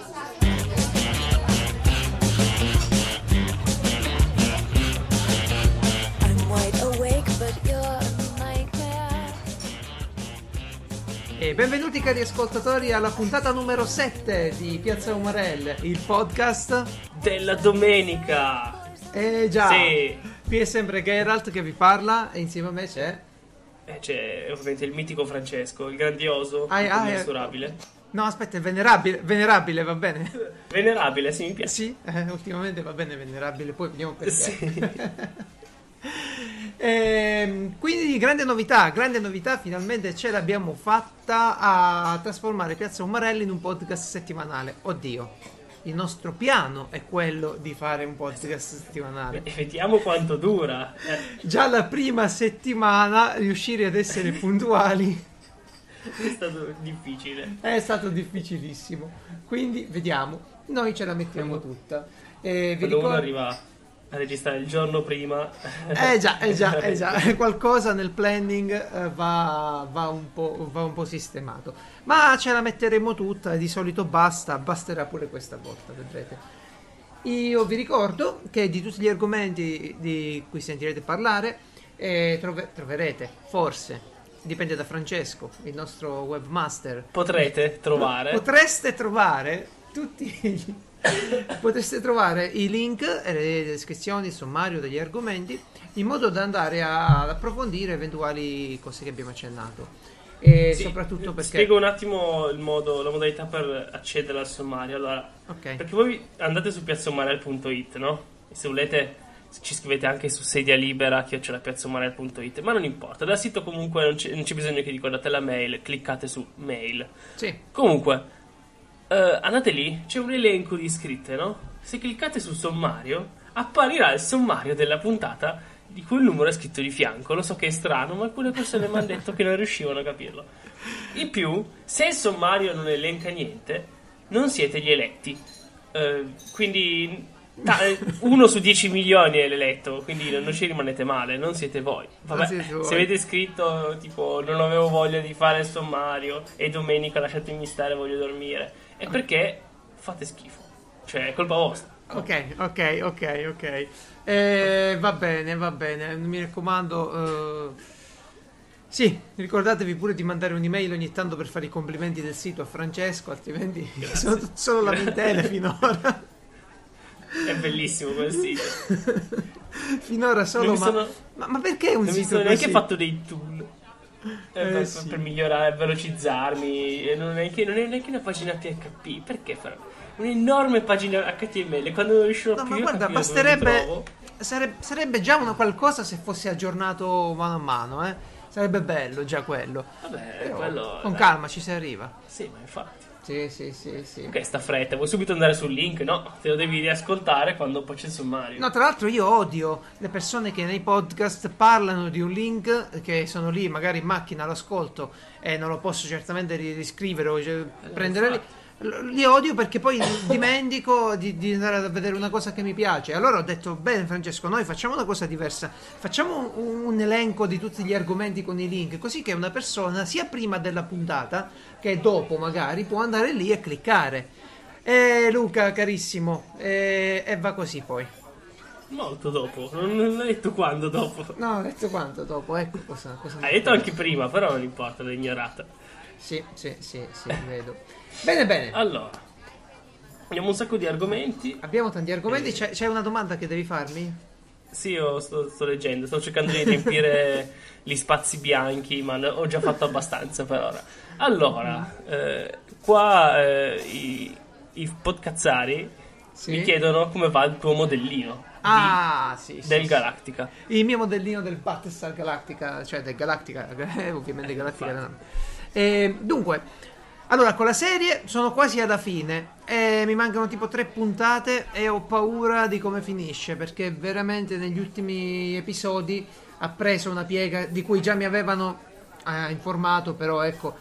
E benvenuti cari ascoltatori alla puntata numero 7 di Piazza Umarell, il podcast della domenica. Già, sì. Qui è sempre Geralt che vi parla e insieme a me c'è ovviamente il mitico Francesco, il grandioso, incommensurabile. No, aspetta, è venerabile, va bene? Venerabile, sì, mi piace. Sì, ultimamente va bene venerabile, poi vediamo perché. Sì. Quindi grande novità, finalmente ce l'abbiamo fatta a trasformare Piazza Umarell in un podcast settimanale. Oddio, il nostro piano è quello di fare un podcast settimanale. E vediamo quanto dura. Già la prima settimana riuscire ad essere puntuali è stato difficile. È stato difficilissimo. Quindi vediamo, noi ce la mettiamo tutta. Uno arriva a registrare il giorno prima. Già. Qualcosa nel planning va un po' sistemato. Ma ce la metteremo tutta e di solito basterà pure questa volta, vedrete. Io vi ricordo che di tutti gli argomenti di cui sentirete parlare troverete, forse, dipende da Francesco, il nostro webmaster. Potreste trovare tutti potreste trovare i link e le descrizioni, il sommario degli argomenti, in modo da andare ad approfondire eventuali cose che abbiamo accennato. E sì, soprattutto perché spiego un attimo la modalità per accedere al sommario. Allora, okay. Perché voi andate su piazzaumarell.it, no? E se volete ci scrivete anche su sedialibera@piazzaumarell.it, ma non importa, dal sito comunque non c'è bisogno che ricordate la mail, cliccate su mail. Sì. Comunque andate lì, c'è un elenco di iscritte, no? Se cliccate sul sommario apparirà il sommario della puntata di cui il numero è scritto di fianco. Lo so che è strano, ma alcune persone mi hanno detto che non riuscivano a capirlo. In più, se il sommario non elenca niente, non siete gli eletti, quindi 1 su 10 milioni è l'eletto, quindi non ci rimanete male, non siete voi. Vabbè, se avete scritto tipo non avevo voglia di fare il sommario e domenica lasciatemi stare, voglio dormire, è perché fate schifo, cioè è colpa vostra. Ok. Va bene, mi raccomando. Sì, ricordatevi pure di mandare un'email ogni tanto per fare i complimenti del sito a Francesco, altrimenti sono solo lamentele finora. È bellissimo quel sito. Finora solo, ma perché un sito così? Non neanche fatto dei tool per migliorare, velocizzarmi. Non è neanche una pagina PHP. Perché fare un'enorme pagina HTML quando non riuscirò più ma guarda, basterebbe, sarebbe già una qualcosa se fosse aggiornato mano a mano, sarebbe bello già quello. Vabbè, quello, con calma ci si arriva. Sì, ma infatti. Sì. Ok, sta fretta, vuoi subito andare sul link? No, te lo devi riascoltare quando poi c'è il sommario. No, tra l'altro io odio le persone che nei podcast parlano di un link, che sono lì magari in macchina all'ascolto e non lo posso certamente riscrivere o prendere lì. Li odio perché poi dimentico di andare a vedere una cosa che mi piace. Allora ho detto, bene Francesco, noi facciamo una cosa diversa, facciamo un elenco di tutti gli argomenti con i link, così che una persona sia prima della puntata che dopo magari può andare lì e cliccare. Luca carissimo, e va così poi. Molto dopo, non hai detto quando dopo. No, ho detto quando dopo, ecco cosa hai detto anche prima, però non importa, l'ho ignorata. Sì, vedo. Bene. Allora, abbiamo un sacco di argomenti. Abbiamo tanti argomenti. C'è una domanda che devi farmi? Sì, io sto leggendo, sto cercando di riempire gli spazi bianchi, ma ho già fatto abbastanza per ora. Allora, qua i podcazzari mi chiedono come va il tuo modellino del Galactica. Il mio modellino del Battlestar Galactica, cioè del Galactica, ovviamente Galactica. Dunque, allora con la serie sono quasi alla fine e mi mancano tipo 3 puntate e ho paura di come finisce, perché veramente negli ultimi episodi ha preso una piega di cui già mi avevano informato, però ecco,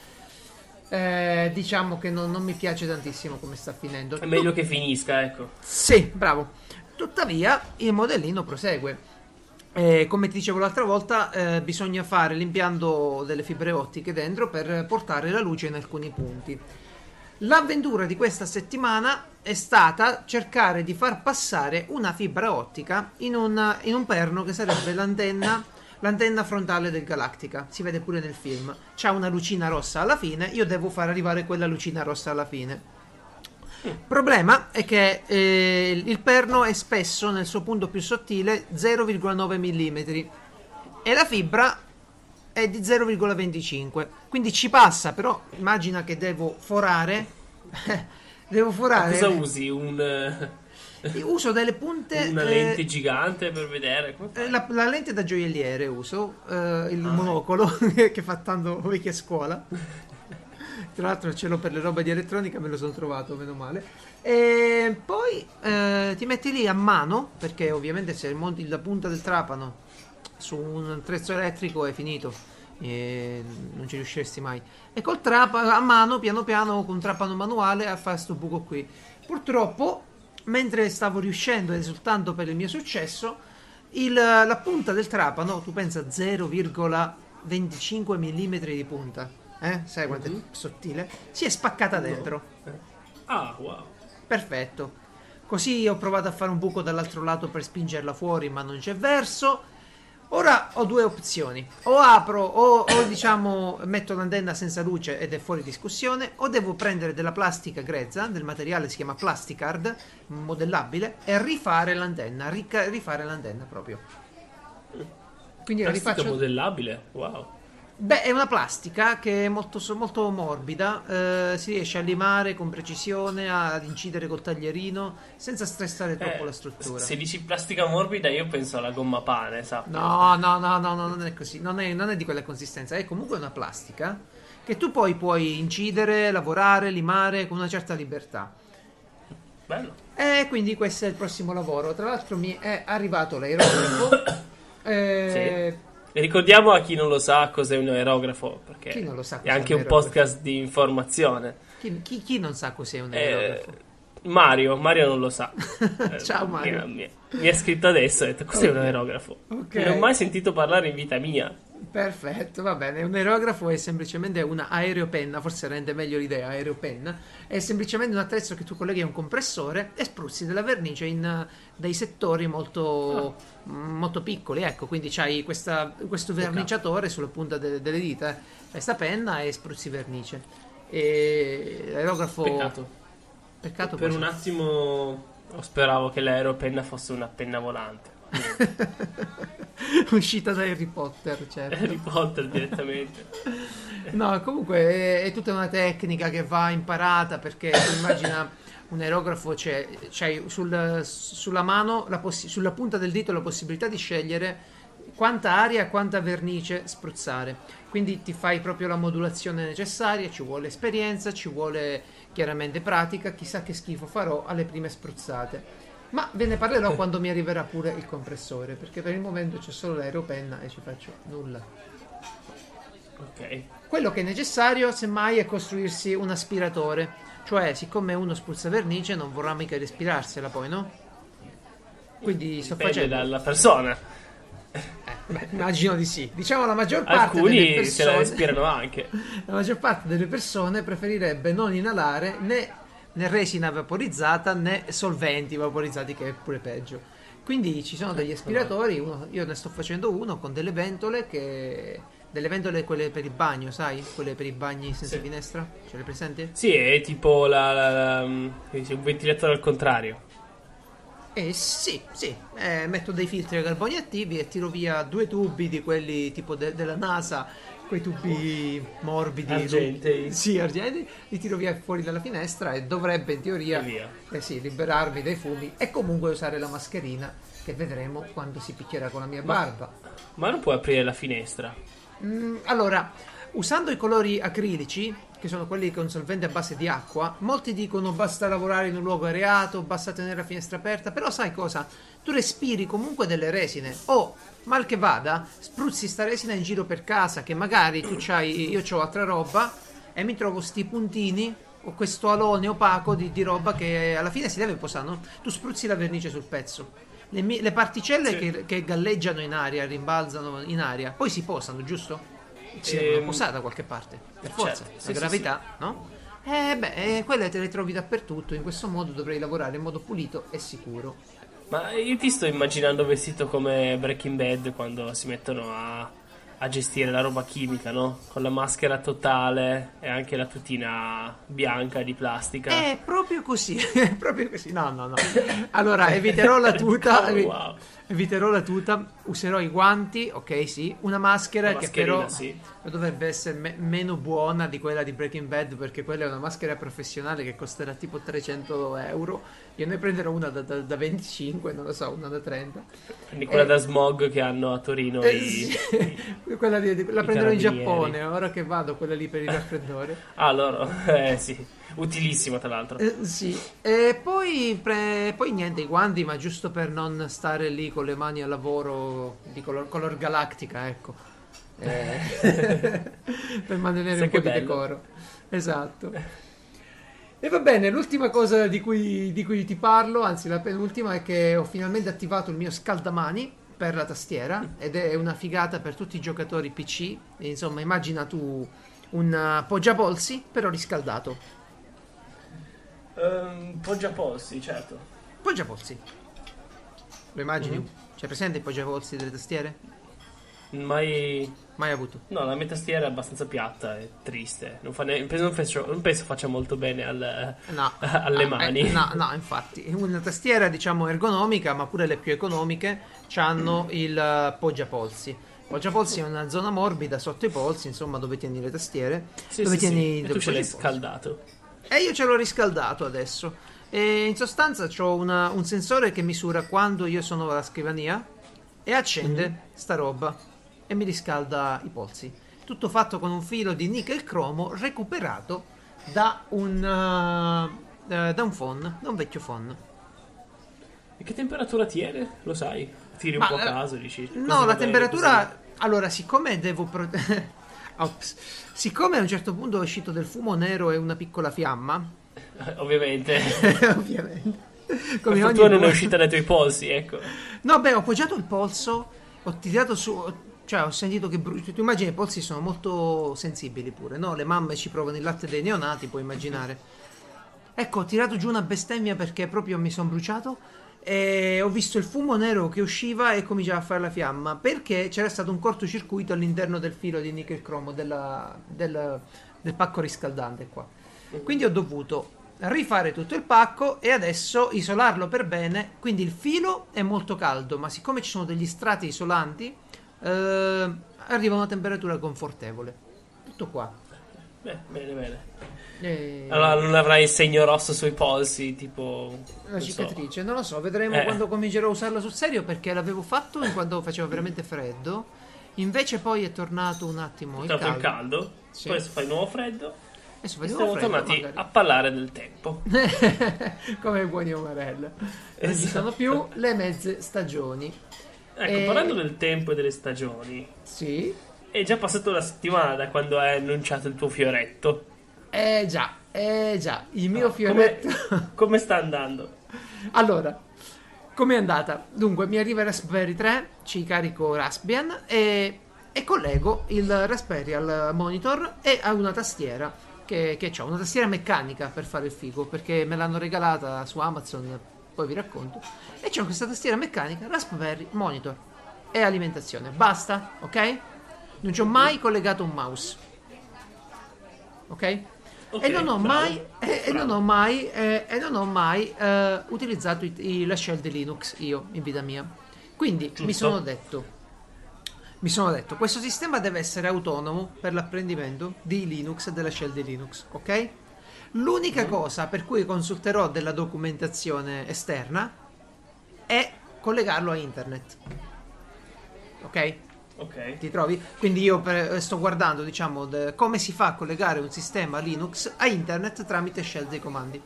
diciamo che non mi piace tantissimo come sta finendo. È meglio che finisca, ecco. Sì, bravo. Tuttavia il modellino prosegue. Come ti dicevo l'altra volta, bisogna fare l'impianto delle fibre ottiche dentro per portare la luce in alcuni punti. L'avventura di questa settimana è stata cercare di far passare una fibra ottica in un perno che sarebbe l'antenna frontale del Galactica. Si vede pure nel film. C'ha una lucina rossa alla fine, io devo far arrivare quella lucina rossa alla fine. Il problema è che il perno è spesso, nel suo punto più sottile, 0,9 mm e la fibra è di 0,25, quindi ci passa, però immagina che devo forare. Devo forare. Cosa usi? Uso delle punte. Una lente gigante per vedere? Come fai? La lente da gioielliere uso, il monocolo che fa tanto vecchia scuola. Tra l'altro ce l'ho per le robe di elettronica, me lo sono trovato, meno male. E poi ti metti lì a mano, perché ovviamente se monti la punta del trapano su un attrezzo elettrico è finito, e non ci riusciresti mai. E col trapano a mano, piano piano, con un trapano manuale, a fare sto buco qui. Purtroppo, mentre stavo riuscendo ed esultando per il mio successo, la punta del trapano, tu pensa 0,25 mm di punta, sai quanto è sottile, si è spaccata dentro. Ah, wow. Perfetto. Così ho provato a fare un buco dall'altro lato per spingerla fuori, ma non c'è verso. Ora ho due opzioni: o apro o diciamo metto l'antenna senza luce ed è fuori discussione, o devo prendere della plastica grezza, del materiale si chiama Plasticard, modellabile, e rifare l'antenna, rifare l'antenna proprio. Quindi la Plastica rifaccio. modellabile? Wow. Beh, è una plastica che è molto, molto morbida, si riesce a limare con precisione, ad incidere col taglierino, senza stressare troppo la struttura. Se dici plastica morbida, io penso alla gomma pane, sappi. No, non è così, non è di quella consistenza, è comunque una plastica che tu poi puoi incidere, lavorare, limare con una certa libertà. Bello. E quindi questo è il prossimo lavoro. Tra l'altro mi è arrivato l'aerografo. Sì. E ricordiamo a chi non lo sa cos'è un aerografo, perché Chi non lo sa è cos'è anche un un aerografo? podcast di informazione. Chi non sa cos'è un aerografo? Mario non lo sa. Ciao Mario. Mi è scritto adesso, ha detto cos'è un aerografo? Ok. Non ho mai sentito parlare in vita mia. Perfetto, va bene. Un aerografo è semplicemente una aeropenna, forse rende meglio l'idea, aeropenna. È semplicemente un attrezzo che tu colleghi a un compressore e spruzzi della vernice in dei settori molto, molto piccoli. Ecco, quindi c'hai questo verniciatore sulla punta delle dita, questa penna e spruzzi vernice. E l'aerografo. Peccato Per cosa? un attimo speravo che l'aeropenna fosse una penna volante. Uscita da Harry Potter, certo. Harry Potter direttamente. No, comunque è tutta una tecnica che va imparata, perché tu immagina un aerografo, c'hai sulla mano, sulla punta del dito la possibilità di scegliere quanta aria e quanta vernice spruzzare. Quindi ti fai proprio la modulazione necessaria, ci vuole esperienza, ci vuole chiaramente pratica, chissà che schifo farò alle prime spruzzate. Ma ve ne parlerò quando mi arriverà pure il compressore, perché per il momento c'è solo l'aeropenna e ci faccio nulla. Ok. Quello che è necessario, semmai, è costruirsi un aspiratore. Cioè, siccome uno spruzza vernice, non vorrà mica respirarsela poi, no? Quindi sto Dipende facendo. dalla persona. Beh, immagino di sì. Diciamo la maggior parte delle Alcuni persone. se la respirano anche. La maggior parte delle persone preferirebbe non inalare né resina vaporizzata né solventi vaporizzati, che è pure peggio. Quindi ci sono degli aspiratori, io ne sto facendo uno con delle ventole quelle per il bagno, sai? Quelle per i bagni senza finestra? Ce le presenti? Sì, è tipo un ventilatore al contrario. Sì, metto dei filtri a carboni attivi e tiro via 2 tubi di quelli tipo della NASA, quei tubi morbidi, Argentei. sì, argentei, li tiro via fuori dalla finestra e dovrebbe in teoria liberarmi dai fumi e comunque usare la mascherina, che vedremo quando si picchierà con la mia barba. Ma non puoi aprire la finestra? Allora, usando i colori acrilici, che sono quelli con solvente a base di acqua, molti dicono basta lavorare in un luogo areato, basta tenere la finestra aperta, però sai cosa? Tu respiri comunque delle resine, o mal che vada, spruzzi sta resina in giro per casa, che magari io c'ho altra roba e mi trovo sti puntini o questo alone opaco di roba che alla fine si deve posare, no? Tu spruzzi la vernice sul pezzo. Le particelle che galleggiano in aria, rimbalzano in aria, poi si posano, giusto? Si devono posare da qualche parte, per forza, certo, la gravità, no? Quelle te le trovi dappertutto. In questo modo dovrei lavorare in modo pulito e sicuro. Ma io ti sto immaginando vestito come Breaking Bad quando si mettono a gestire la roba chimica, no? Con la maschera totale e anche la tutina bianca di plastica. È proprio così, è proprio così. No. Allora, eviterò la tuta. Wow. Eviterò la tuta, userò i guanti, ok, sì. Una maschera Una che mascherina, però sì. dovrebbe essere meno buona di quella di Breaking Bad, perché quella è una maschera professionale che costerà tipo 300 euro. Io ne prenderò una da 25, non lo so, una da 30. Quindi quella da smog che hanno a Torino Sì. Quella la prenderò in carabinieri. Giappone, ora che vado, quella lì per il raffreddore. Ah, loro? Sì. Utilissima, tra l'altro. Sì, e poi niente, i guanti, ma giusto per non stare lì con le mani al lavoro di color galactica, ecco. Per mantenere Sai un che po' di bello. decoro. Esatto. E va bene, l'ultima cosa di cui ti parlo, anzi la penultima, è che ho finalmente attivato il mio scaldamani per la tastiera ed è una figata per tutti i giocatori PC. E, insomma, immagina tu un poggiapolsi però riscaldato. Poggiapolsi, certo. Poggiapolsi. Lo immagini? C'è presente i poggiapolsi delle tastiere? Mai... Mai avuto. No, la mia tastiera è abbastanza piatta e triste. Non penso faccia molto bene No. alle mani. No, infatti. Una tastiera, diciamo, ergonomica, ma pure le più economiche, hanno il poggiapolsi. Poggiapolsi è una zona morbida sotto i polsi, insomma, dove tieni le tastiere. Sì, dove sì, tieni sì. E dove tu ce poggi l'hai i polsi. scaldato. E io ce l'ho riscaldato adesso. E in sostanza ho un sensore che misura quando io sono alla scrivania e accende sta roba e mi riscalda i polsi. Tutto fatto con un filo di nickel cromo recuperato da un phone, da un vecchio phone. E che temperatura tiene? Lo sai? Tiri un Ma, po' a caso, dici. No, così la va bene, temperatura. Allora, siccome devo. Ops. Siccome a un certo punto è uscito del fumo nero e una piccola fiamma, così. Ovviamente. ovviamente. Per Come ogni fortuna non è buon- uscita dai tuoi polsi, ecco. No, beh, ho appoggiato il polso, ho tirato su. Cioè, ho sentito che brucia. Tu immagini, i polsi sono molto sensibili pure, no? Le mamme ci provano il latte dei neonati, puoi immaginare. Ecco, ho tirato giù una bestemmia perché proprio mi sono bruciato e ho visto il fumo nero che usciva e cominciava a fare la fiamma perché c'era stato un cortocircuito all'interno del filo di nickel cromo del pacco riscaldante qua. Quindi ho dovuto rifare tutto il pacco e adesso isolarlo per bene. Quindi il filo è molto caldo, ma siccome ci sono degli strati isolanti, arriva a una temperatura confortevole. Tutto qua. Beh, bene. E- Allora non avrai il segno rosso sui polsi, tipo... La non so. cicatrice, non lo so, vedremo quando comincerò a usarla sul serio perché l'avevo fatto in quando faceva veramente freddo. Invece poi è tornato un attimo il Tanto il caldo. caldo, Sì. poi adesso fai nuovo freddo Adesso e vediamo siamo freddo, tornati magari. a parlare del tempo. Come i buoni Omarella. Non ci Esatto. sono più le mezze stagioni. Ecco, parlando del tempo e delle stagioni, Sì. è già passata una settimana da quando hai annunciato il tuo fioretto. Già, il mio fioretto. Come sta andando? Allora, com'è andata? Dunque, mi arriva il Raspberry 3, ci carico Raspbian e collego il Raspberry al monitor e a una tastiera che ho, una tastiera meccanica per fare il figo, perché me l'hanno regalata su Amazon, poi vi racconto. E c'ho questa tastiera meccanica, Raspberry, monitor e alimentazione. Basta, ok? Non ci ho mai collegato un mouse. Ok? Ok, E non ho bravo, mai, e non ho bravo. mai utilizzato la shell di Linux io in vita mia. Quindi mi Giusto. sono detto, questo sistema deve essere autonomo per l'apprendimento di Linux e della shell di Linux, ok? L'unica cosa per cui consulterò della documentazione esterna è collegarlo a internet. Ok? Ok, Ti trovi? Quindi io sto guardando, diciamo, come si fa a collegare un sistema Linux a internet tramite shell dei comandi.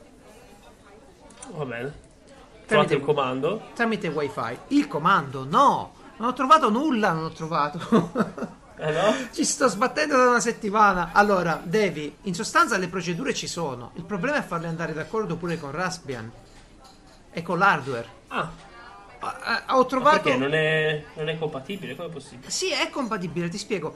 va bene. Trovate il comando. Tramite wifi. Il comando, no! Non ho trovato nulla, non ho trovato. No? Ci sto sbattendo da una settimana. Allora, in sostanza le procedure ci sono. Il problema è farle andare d'accordo pure con Raspbian e con l'hardware. Ah, Ho trovato... Perché non è compatibile? Come è possibile? Sì, è compatibile, ti spiego.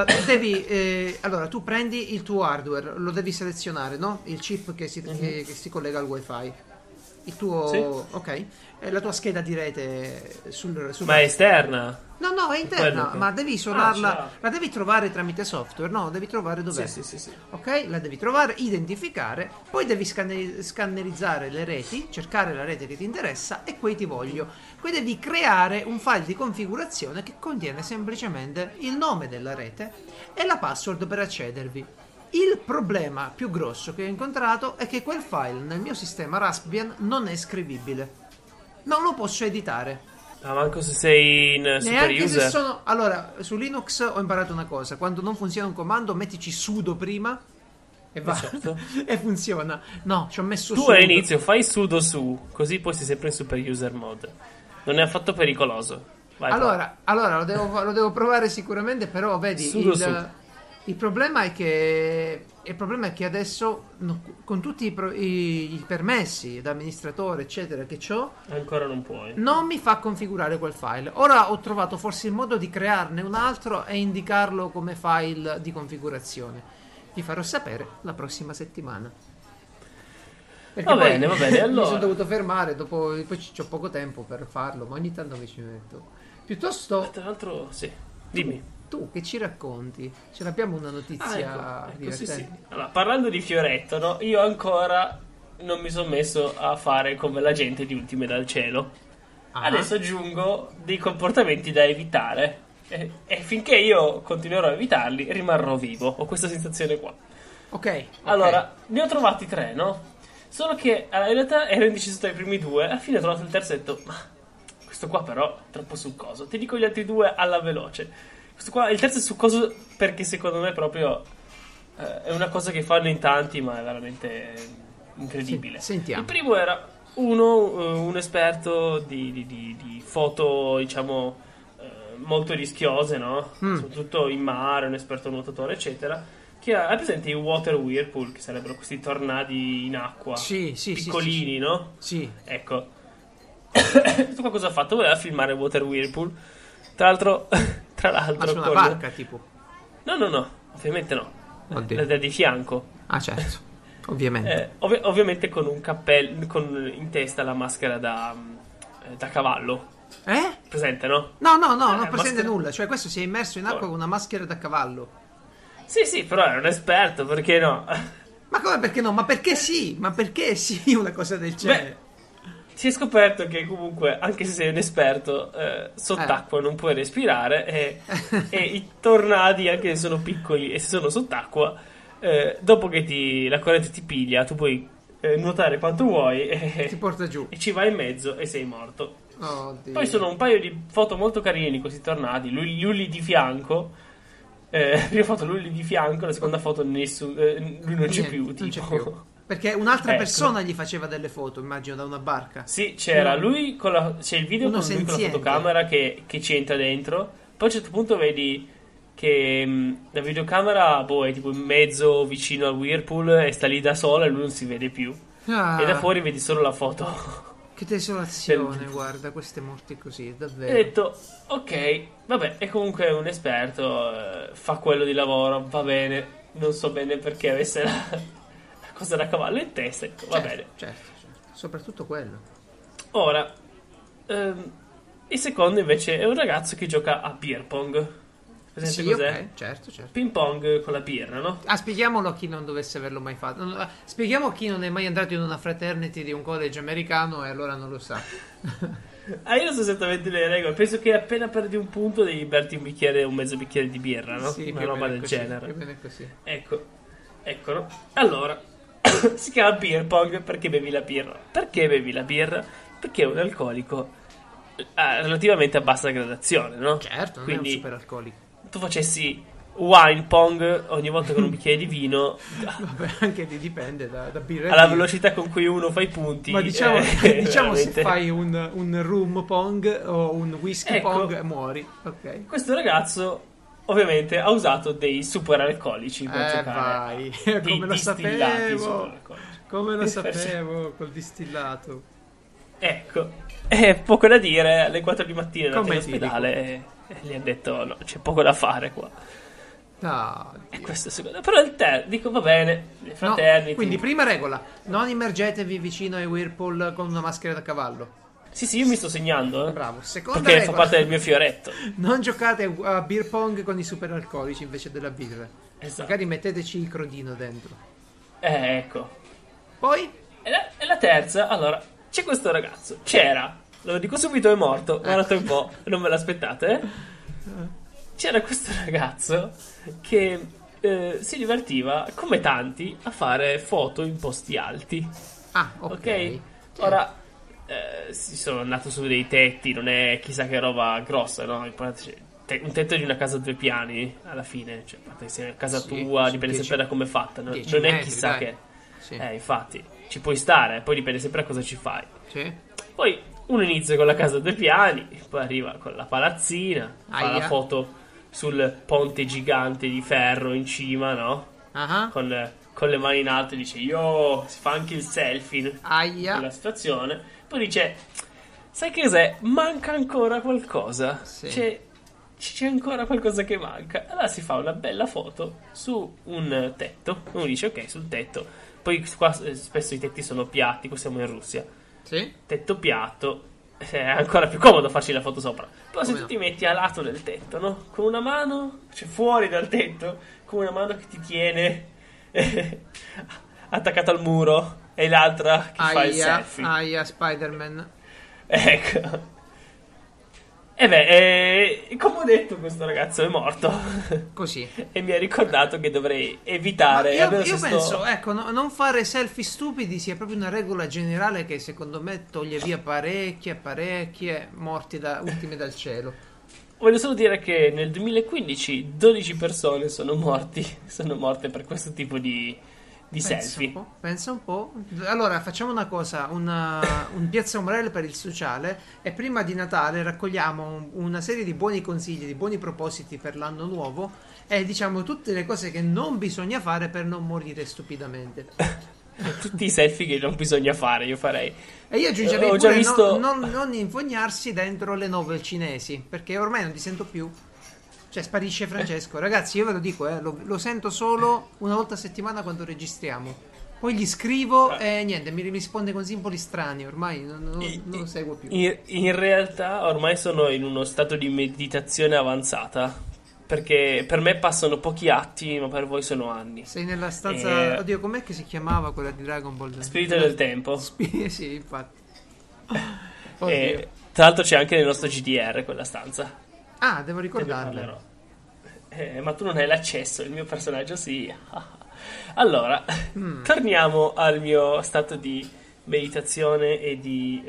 Allora, tu prendi il tuo hardware, lo devi selezionare, no? Il chip che si collega al wifi. Il tuo... Sì. Ok. La tua scheda di rete sul Ma è esterna? No, è interna, Quello che- ma devi isolarla, Ah, la devi trovare tramite software, no? Devi trovare dov'è. sì. Ok? La devi trovare, identificare, poi devi scannerizzare le reti, cercare la rete che ti interessa e poi ti voglio. Poi devi creare un file di configurazione che contiene semplicemente il nome della rete e la password per accedervi. Il problema più grosso che ho incontrato è che quel file nel mio sistema Raspbian non è scrivibile. Non lo posso editare. Ma manco se sei in super Neanche user. se sono. Allora, su Linux ho imparato una cosa: quando non funziona un comando, mettici sudo prima e va. Certo. E funziona. No, ci ho messo Tu sudo. all'inizio fai sudo su, così poi sei sempre in super user mode. Non è affatto pericoloso. Vai, Allora lo devo provare sicuramente, però vedi, Sudo su. il problema è che adesso con tutti i permessi da amministratore, eccetera, che ho, Ancora non puoi. non mi fa configurare quel file. Ora ho trovato forse il modo di crearne un altro e indicarlo come file di configurazione. Vi farò sapere la prossima settimana. Perché Va poi bene, mi sono allora. dovuto fermare, poi c'ho poco tempo per farlo, ma ogni tanto mi ci metto. Piuttosto, Tra l'altro, sì. Dimmi. tu che ci racconti? Ce l'abbiamo una notizia Ecco, sì. divertente? Allora, parlando di Fioretto, no? Io ancora non mi sono messo a fare come la gente di Ultime dal cielo. Ah. Adesso aggiungo dei comportamenti da evitare. E finché io continuerò a evitarli, rimarrò vivo. Ho questa sensazione qua. Ok. Allora, ne ho trovati 3, no? Solo che in realtà ero indeciso tra i primi 2. Alla fine ho trovato il terzo e ho detto: ma questo qua però è troppo succoso. Ti dico gli altri 2 alla veloce. Questo qua, il terzo è succoso perché secondo me proprio è una cosa che fanno in tanti, ma è veramente incredibile. Sentiamo. Il primo era un esperto di foto, diciamo, molto rischiose, no? Soprattutto in mare, un esperto nuotatore, eccetera. Che ha presente i water whirlpool, che sarebbero questi tornadi in acqua, Sì, piccolini, sì. no? Sì. Ecco. Questo qua cosa ha fatto? Voleva filmare il water whirlpool. Tra Ma l'altro su una con... barca, tipo. No, ovviamente no. Oddio. La di fianco. Ah, certo. Ovviamente. Ovviamente con un cappello, con in testa la maschera da cavallo. Presente, no? No, non presente maschera- nulla. Cioè, questo si è immerso in acqua con una maschera da cavallo. Sì, però è un esperto, perché no? Ma come perché no? Ma perché sì? Ma perché sì una cosa del genere? Si è scoperto che comunque, anche se sei un esperto, sott'acqua non puoi respirare e i tornadi, anche se sono piccoli e se sono sott'acqua, dopo che la corrente ti piglia, tu puoi nuotare quanto vuoi Ti porta giù. e ci vai in mezzo e sei morto. Oddio. Poi sono un paio di foto molto carini di questi tornadi, lui di fianco. La prima foto lui di fianco, la seconda foto lui non c'è Niente, più, non tipo. c'è più. Perché un'altra Ecco. persona gli faceva delle foto, immagino, da una barca. Sì, c'era lui c'è il video Uno con lui con la senziente. fotocamera che ci entra dentro. Poi a un certo punto vedi che la videocamera è tipo in mezzo vicino al whirlpool e sta lì da sola e lui non si vede più. Ah, E da fuori vedi solo la foto. che desolazione, guarda, queste morti così, E ho davvero. detto, ok, vabbè, è comunque un esperto, fa quello di lavoro, va bene. Non so bene perché avesse la cosa da cavallo in testa, ecco, va bene. Certo. Soprattutto quello. Ora, il secondo invece è un ragazzo che gioca a beer pong. Presente Sì, cos'è? ok, certo. Ping pong con la birra, no? Ah, spieghiamolo a chi non dovesse averlo mai fatto. Spieghiamo a chi non è mai andato in una fraternity di un college americano e allora non lo sa. Io non so esattamente le regole. Penso che appena perdi un punto devi berti un mezzo bicchiere di birra, no? Sì, Una più o roba meno del così, genere. più o meno così. Ecco, no? Allora, si chiama beer pong perché bevi la birra. Perché bevi la birra? Perché è un alcolico relativamente a bassa gradazione, no? Certo, non Quindi è un super alcolico. tu facessi wine pong ogni volta con un bicchiere di vino Vabbè, anche dipende da birra a alla birra. velocità con cui uno fa i punti. Ma diciamo se veramente. fai un rum pong o un whisky Ecco. pong muori. Ok. Questo ragazzo ovviamente ha usato dei super alcolici per giocare. Vai. Dei Come lo distillati sapevo. super alcolici. Come lo sapevo col distillato. Ecco, è poco da dire, alle 4 di mattina è andato Come in ospedale e gli hanno detto no, c'è poco da fare qua. Ah, E questo secondo però dico va bene, le no, fraternity. quindi prima regola, non immergetevi vicino ai Whirlpool con una maschera da cavallo. Sì, io mi sto segnando, Bravo. Seconda perché regola, fa parte del mio fioretto. non giocate a beer pong con i superalcolici invece della birra. Esatto. Magari metteteci il crodino dentro. Ecco. Poi? E la terza, allora, c'è questo ragazzo, lo dico subito, è morto, guardate un po', non me l'aspettate, C'era questo ragazzo che si divertiva, come tanti, a fare foto in posti alti. Ah, ok. Ok? Ora, si sono andato su dei tetti, non è chissà che roba grossa, no? Un tetto di una casa a 2 piani, alla fine, cioè, a parte che sia casa Sì, tua, sì, dipende 10 sempre da come è fatta, non 10 è metri, chissà dai. che... Sì. Infatti, ci puoi stare, poi dipende sempre da cosa ci fai. Sì. Poi uno inizia con la casa a 2 piani, poi arriva con la palazzina, fa Aia. la foto sul ponte gigante di ferro in cima, no? Ah, Con le mani in alto e dice yo, si fa anche il selfie aia. nella situazione. Poi dice, sai che cos'è? Manca ancora qualcosa. Sì. C'è ancora qualcosa che manca. Allora si fa una bella foto su un tetto. Uno dice ok, sul tetto. Poi qua spesso i tetti sono piatti, qua siamo in Russia. Sì. Tetto piatto, è ancora più comodo farci la foto sopra. Però se Come tu no? ti metti a lato del tetto, no? Con una mano, cioè fuori dal tetto, con una mano che ti tiene attaccata al muro e l'altra che fa il selfie. Aia, Spider-Man. Ecco. E beh, come ho detto, questo ragazzo è morto. Così. E mi ha ricordato che dovrei Ma evitare. almeno io se penso, ecco, non fare selfie stupidi sia proprio una regola generale che secondo me toglie via parecchie morti ultime dal cielo. Voglio solo dire che nel 2015 12 persone sono morte per questo tipo di selfie. Pensa un po'. Allora, facciamo una cosa, un piazza ombrelle per il sociale e prima di Natale raccogliamo una serie di buoni consigli, di buoni propositi per l'anno nuovo e diciamo tutte le cose che non bisogna fare per non morire stupidamente. Tutti i selfie che non bisogna fare, io farei. E io aggiungerei Ho già pure visto- non infognarsi dentro le novel cinesi, perché ormai non ti sento più. Cioè, sparisce Francesco. Ragazzi, io ve lo dico, lo sento solo una volta a settimana quando registriamo. Poi gli scrivo e niente, mi risponde con simboli strani. Ormai non lo seguo più. In realtà ormai sono in uno stato di meditazione avanzata. Perché per me passano pochi atti, ma per voi sono anni. Sei nella stanza. Oddio, com'è che si chiamava quella di Dragon Ball? Spirito del tempo. Sì, infatti. Oddio. E tra l'altro c'è anche nel nostro GDR quella stanza. Ah, devo Te ne ricordarla. parlerò. Ma tu non hai l'accesso, il mio personaggio sì. Allora, torniamo al mio stato di meditazione e di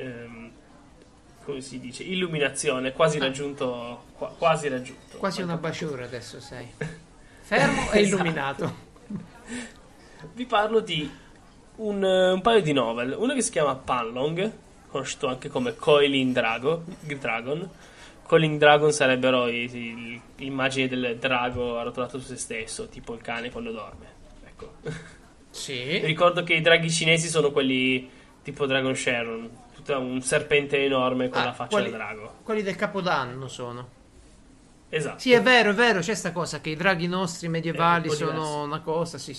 come si dice, illuminazione, quasi raggiunto. Quasi raggiunto. Quasi una basciura adesso sei. Fermo e illuminato. Vi parlo di un paio di novel. Uno che si chiama Panlong, conosciuto anche come Coiling Dragon. Coiling Dragon sarebbero l'immagine del drago arrotolato su se stesso, tipo il cane quando dorme. Ecco. Sì. Ricordo che i draghi cinesi sono quelli tipo Dragon Sharon, tutto un serpente enorme con la faccia del drago. Quelli del Capodanno sono. Esatto. Sì, è vero, c'è sta cosa che i draghi nostri medievali un po' sono diverso. una cosa, sì.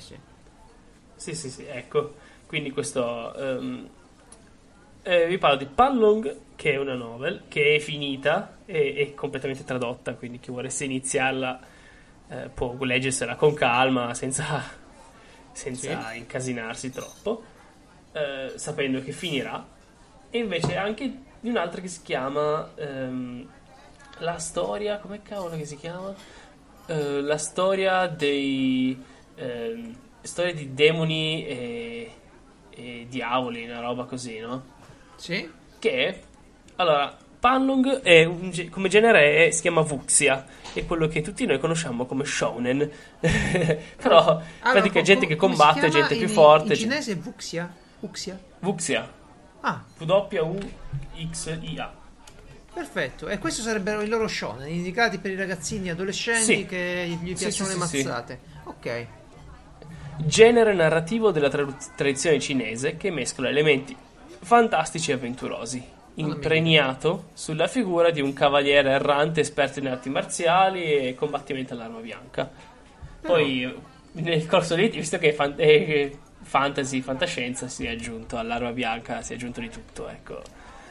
Sì, ecco. Quindi questo... vi parlo di Panlong, che è una novel, che è finita, è completamente tradotta, quindi chi volesse iniziarla può leggersela con calma, senza incasinarsi troppo, sapendo che finirà. E invece anche di un'altra che si chiama La storia, come cavolo che si chiama? La storia dei storia di demoni e diavoli, una roba così, no? Sì? Che allora Panlong è come genere si chiama Wuxia, è quello che tutti noi conosciamo come shounen. Però pratica gente che combatte, gente più forte. In cinese è Wuxia? Wuxia. Ah, Wuxia. perfetto. E questo sarebbero i loro shonen, indicati per i ragazzini adolescenti Sì. che gli piacciono le Sì. mazzate. Ok. Genere narrativo della tradizione cinese che mescola elementi fantastici e avventurosi, impregnato sulla figura di un cavaliere errante esperto in arti marziali e combattimento all'arma bianca. Poi nel corso dei visto che fantasy, fantascienza si è aggiunto all'arma bianca, si è aggiunto di tutto, ecco.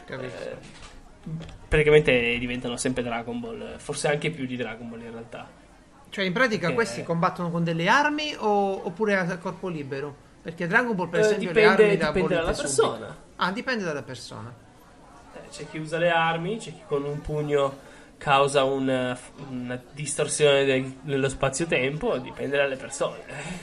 Praticamente diventano sempre Dragon Ball, forse anche più di Dragon Ball in realtà. Cioè in pratica questi combattono con delle armi oppure a corpo libero? Perché Dragon Ball per esempio dipende dalla persona. Subito. Ah, dipende dalla persona. C'è chi usa le armi, c'è chi con un pugno causa una distorsione dello spazio-tempo, dipende dalle persone.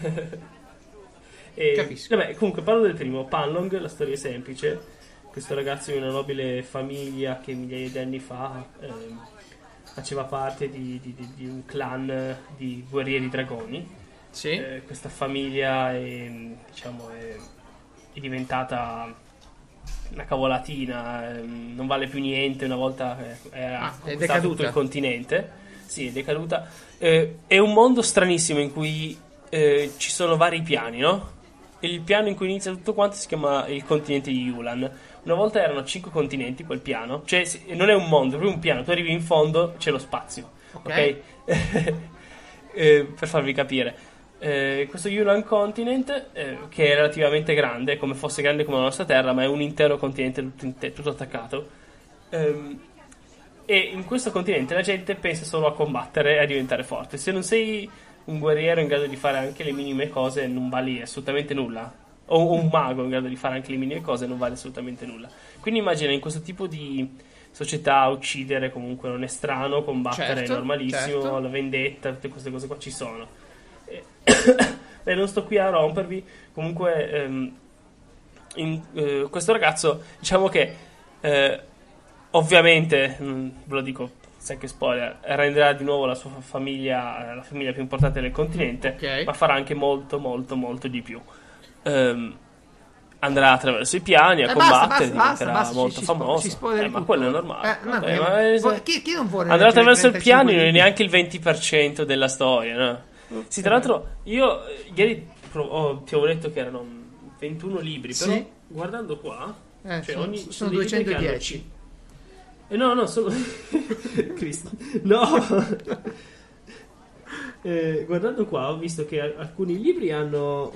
Capisco. Vabbè, comunque parlo del primo, Panlong, la storia è semplice. Questo ragazzo di una nobile famiglia che migliaia di anni fa faceva parte di un clan di guerrieri dragoni. Sì. Questa famiglia è diventata una cavolatina, non vale più niente una volta è decaduta. Tutto il continente. Sì, è decaduta. È un mondo stranissimo in cui ci sono vari piani, no? Il piano in cui inizia tutto quanto si chiama il continente di Yulan. Una volta erano 5 continenti quel piano, cioè non è un mondo, è proprio un piano. Tu arrivi in fondo, c'è lo spazio, ok? Per farvi capire, questo Yulan Continent, che è relativamente grande, come fosse grande come la nostra Terra, ma è un intero continente tutto attaccato. E in questo continente la gente pensa solo a combattere e a diventare forte. Se non sei un guerriero in grado di fare anche le minime cose, non vali assolutamente nulla. O un mago in grado di fare anche le minime cose, non vale assolutamente nulla. Quindi immagina, in questo tipo di società uccidere comunque non è strano, combattere è normalissimo, certo. La vendetta, tutte queste cose qua ci sono. Beh, non sto qui a rompervi. Comunque questo ragazzo, diciamo che ovviamente, ve lo dico sai che spoiler, renderà di nuovo la sua famiglia la famiglia più importante del continente, ma farà anche molto molto molto di più. Andrà attraverso i piani a combattere, diventerà molto famoso. Ma quello è normale. Chi non vuole andrà attraverso il piano non è neanche il 20% della storia, no? Sì, tra l'altro io ieri ti avevo detto che erano 21 libri, però guardando qua sono 210. No, solo no. Guardando qua ho visto che alcuni libri hanno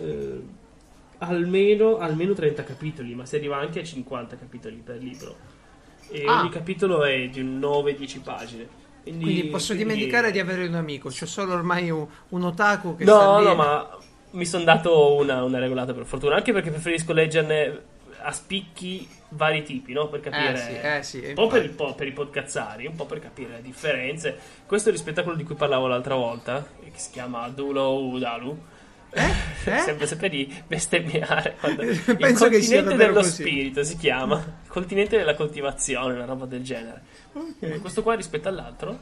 almeno 30 capitoli, ma si arriva anche a 50 capitoli per libro, e ogni capitolo è di 9-10 pagine, quindi posso dimenticare di avere un amico, c'ho solo ormai un otaku che sta lì. No, ma mi sono dato una regolata per fortuna, anche perché preferisco leggerne a spicchi vari tipi, no? Per capire un po' per i podcazzari, un po' per capire le differenze. Questo rispetto a quello di cui parlavo l'altra volta, che si chiama Dulo Dalu. Sempre di bestemmiare il continente dello spirito si chiama, il continente della coltivazione, una roba del genere. Questo qua rispetto all'altro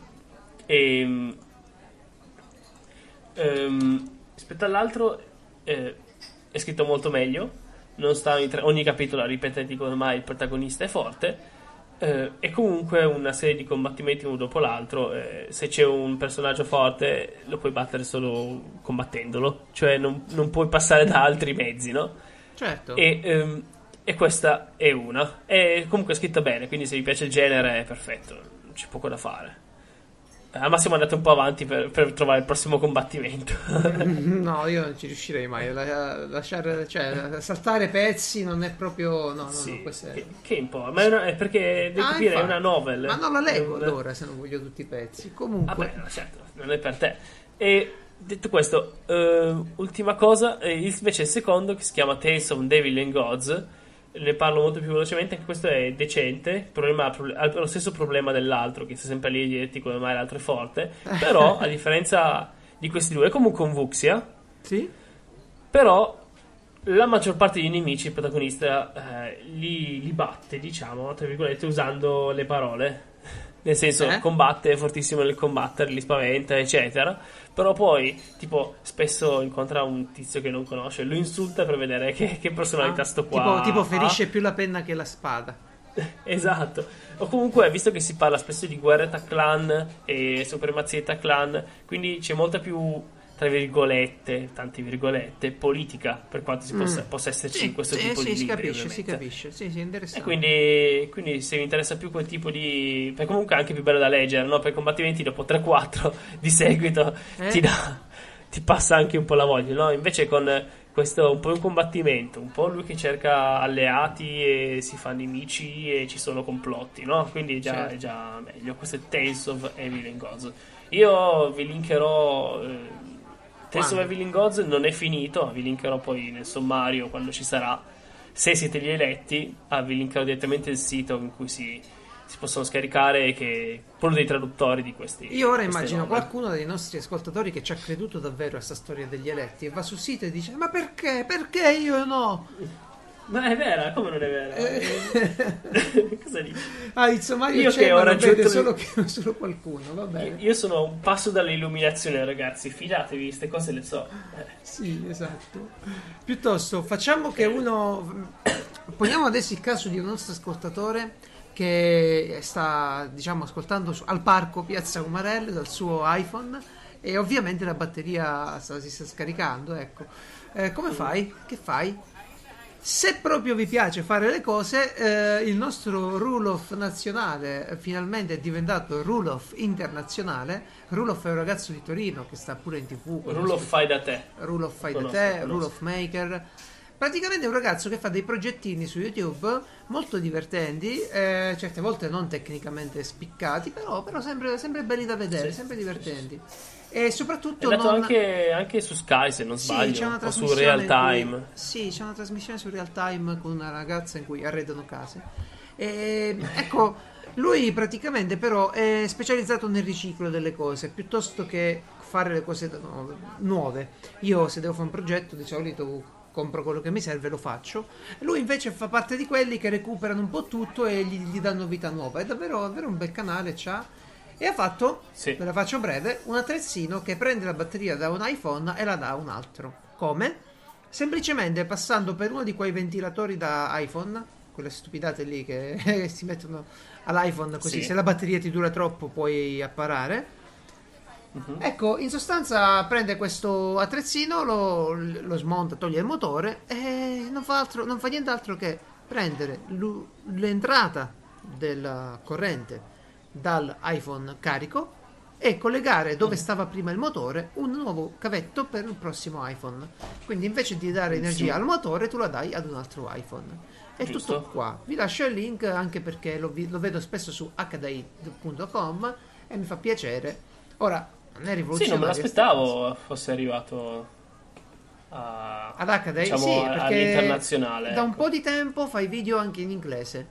è scritto molto meglio. Non sta ogni capitolo a ripeterti come mai il protagonista è forte, e comunque una serie di combattimenti uno dopo l'altro. Se c'è un personaggio forte lo puoi battere solo combattendolo, cioè non puoi passare da altri mezzi, no? Certo. E questa è una. È comunque scritta bene, quindi se vi piace il genere è perfetto, non c'è poco da fare. Al massimo andate un po' avanti per trovare il prossimo combattimento. No, io non ci riuscirei mai. Lasciare, cioè, saltare pezzi non è proprio. No, questo è... Che importa? Ma è perché devi capire, infatti, è una novel. Ma non la leggo allora se non voglio tutti i pezzi. Comunque. Vabbè, no, certo, non è per te. E detto questo, ultima cosa, invece il secondo, che si chiama Tales of Devil and Gods. Ne parlo molto più velocemente, anche questo è decente, ha lo stesso problema dell'altro, che sta sempre lì a dirti come mai l'altro è forte, però a differenza di questi due è comunque un Vuxia. Sì. Però la maggior parte degli nemici il protagonista li batte, diciamo, tra virgolette, usando le parole. Nel senso, combatte, è fortissimo nel combattere, li spaventa, eccetera. Però poi, tipo, spesso incontra un tizio che non conosce, lo insulta per vedere che personalità sto qua. Tipo ferisce più la penna che la spada. Esatto. O comunque, visto che si parla spesso di guerre tra clan e supremazia tra clan, quindi c'è molta più tra virgolette, tante virgolette, politica, per quanto possa esserci Sì, questo sì, tipo sì, di si libri, capisce, si ovviamente. capisce. Sì, sì, E interessante. quindi se vi interessa più quel tipo di... Perché comunque è anche più bello da leggere, no? Per i combattimenti dopo 3-4 di seguito Eh? ti dà, ti passa anche un po' la voglia, no? Invece con questo un po' un combattimento, un po' lui che cerca alleati e si fa nemici e ci sono complotti, no? Quindi è Certo. già meglio. Questo è Tales of Evelyn Gods. Io vi linkerò... Tales of Quando? Evelyn Gods non è finito, vi linkerò poi nel sommario quando ci sarà. Se siete gli eletti, vi linkerò direttamente il sito in cui si possono scaricare, che quello dei traduttori di Io ora queste immagino novel. qualcuno dei nostri ascoltatori che ci ha creduto davvero a questa storia degli eletti e va sul sito e dice: Ma perché? Perché io no? Ma è vera, come non è vera? Eh, Cosa dici? ah, il sommario Io c'è, che ho ma lo vede raggiunto solo qualcuno, va bene. io sono a un passo dall'illuminazione, ragazzi, fidatevi, queste cose le so. Sì, esatto. Piuttosto, facciamo che uno. Poniamo adesso il caso di un nostro ascoltatore che sta, diciamo, ascoltando al parco Piazza Umarell dal suo iPhone e ovviamente la batteria si sta scaricando, ecco. Come fai? Che fai? Se proprio vi piace fare le cose, il nostro Rulof nazionale finalmente è diventato Rulof internazionale. Rulof è un ragazzo di Torino che sta pure in TV. Rule of fai da te. Rulof fai da Conosco, te, conosco. Rulof Maker. Praticamente è un ragazzo che fa dei progettini su YouTube molto divertenti, certe volte non tecnicamente spiccati, però sempre belli da vedere, Sì, sempre sì, divertenti. sì. E È soprattutto andato non. anche su Sky, se non Sì, c'è una sbaglio, o su trasmissione Real in cui. Time. Sì, c'è una trasmissione su Real Time con una ragazza in cui arredano case. E, ecco, lui praticamente però è specializzato nel riciclo delle cose piuttosto che fare le cose nuove. Io se devo fare un progetto di solito compro quello che mi serve e lo faccio. Lui invece fa parte di quelli che recuperano un po' tutto e gli danno vita nuova. È davvero un bel canale, c'ha. E ha fatto, Sì. ve la faccio breve, un attrezzino che prende la batteria da un iPhone e la dà a un altro. Come? Semplicemente passando per uno di quei ventilatori da iPhone, quelle stupidate lì che si mettono all'iPhone così, Sì. se la batteria ti dura troppo puoi apparare. Mhm. Ecco, in sostanza prende questo attrezzino, lo smonta, toglie il motore e non fa nient'altro che prendere l'entrata della corrente dall'iPhone carico e collegare dove stava prima il motore un nuovo cavetto per il prossimo iPhone. Quindi invece di dare energia Benissimo. al motore, tu la dai ad un altro iPhone. È tutto Giusto. qua. Vi lascio il link anche perché lo vedo spesso su hdai.com e mi fa piacere. Ora, non è Sì, non me rivoluzionario. l'aspettavo fosse arrivato Ad HDI diciamo sì, perché all'internazionale, da un ecco. po' di tempo fai video anche in inglese.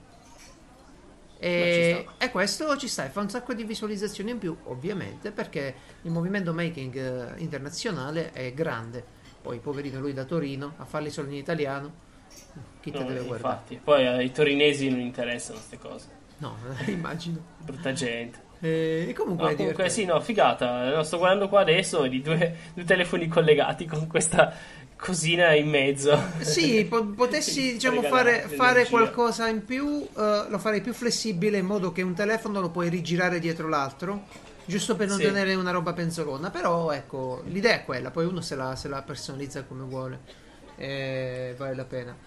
Ma ci sta. E questo ci sta, e fa un sacco di visualizzazioni in più, ovviamente, perché il movimento making internazionale è grande. Poi, poverino, lui da Torino, a farli solo in italiano, chi te No, deve guardare? infatti. Poi ai torinesi non interessano queste cose. No, immagino. Brutta gente. E comunque No, è comunque divertente. sì, no, figata. Lo sto guardando qua adesso di due telefoni collegati con questa cosina in mezzo. Sì, potessi diciamo fare L'energia. qualcosa in più, lo farei più flessibile in modo che un telefono lo puoi rigirare dietro l'altro, giusto per non Sì. tenere una roba penzolona. Però ecco, l'idea è quella, poi uno se la personalizza come vuole, vale la pena.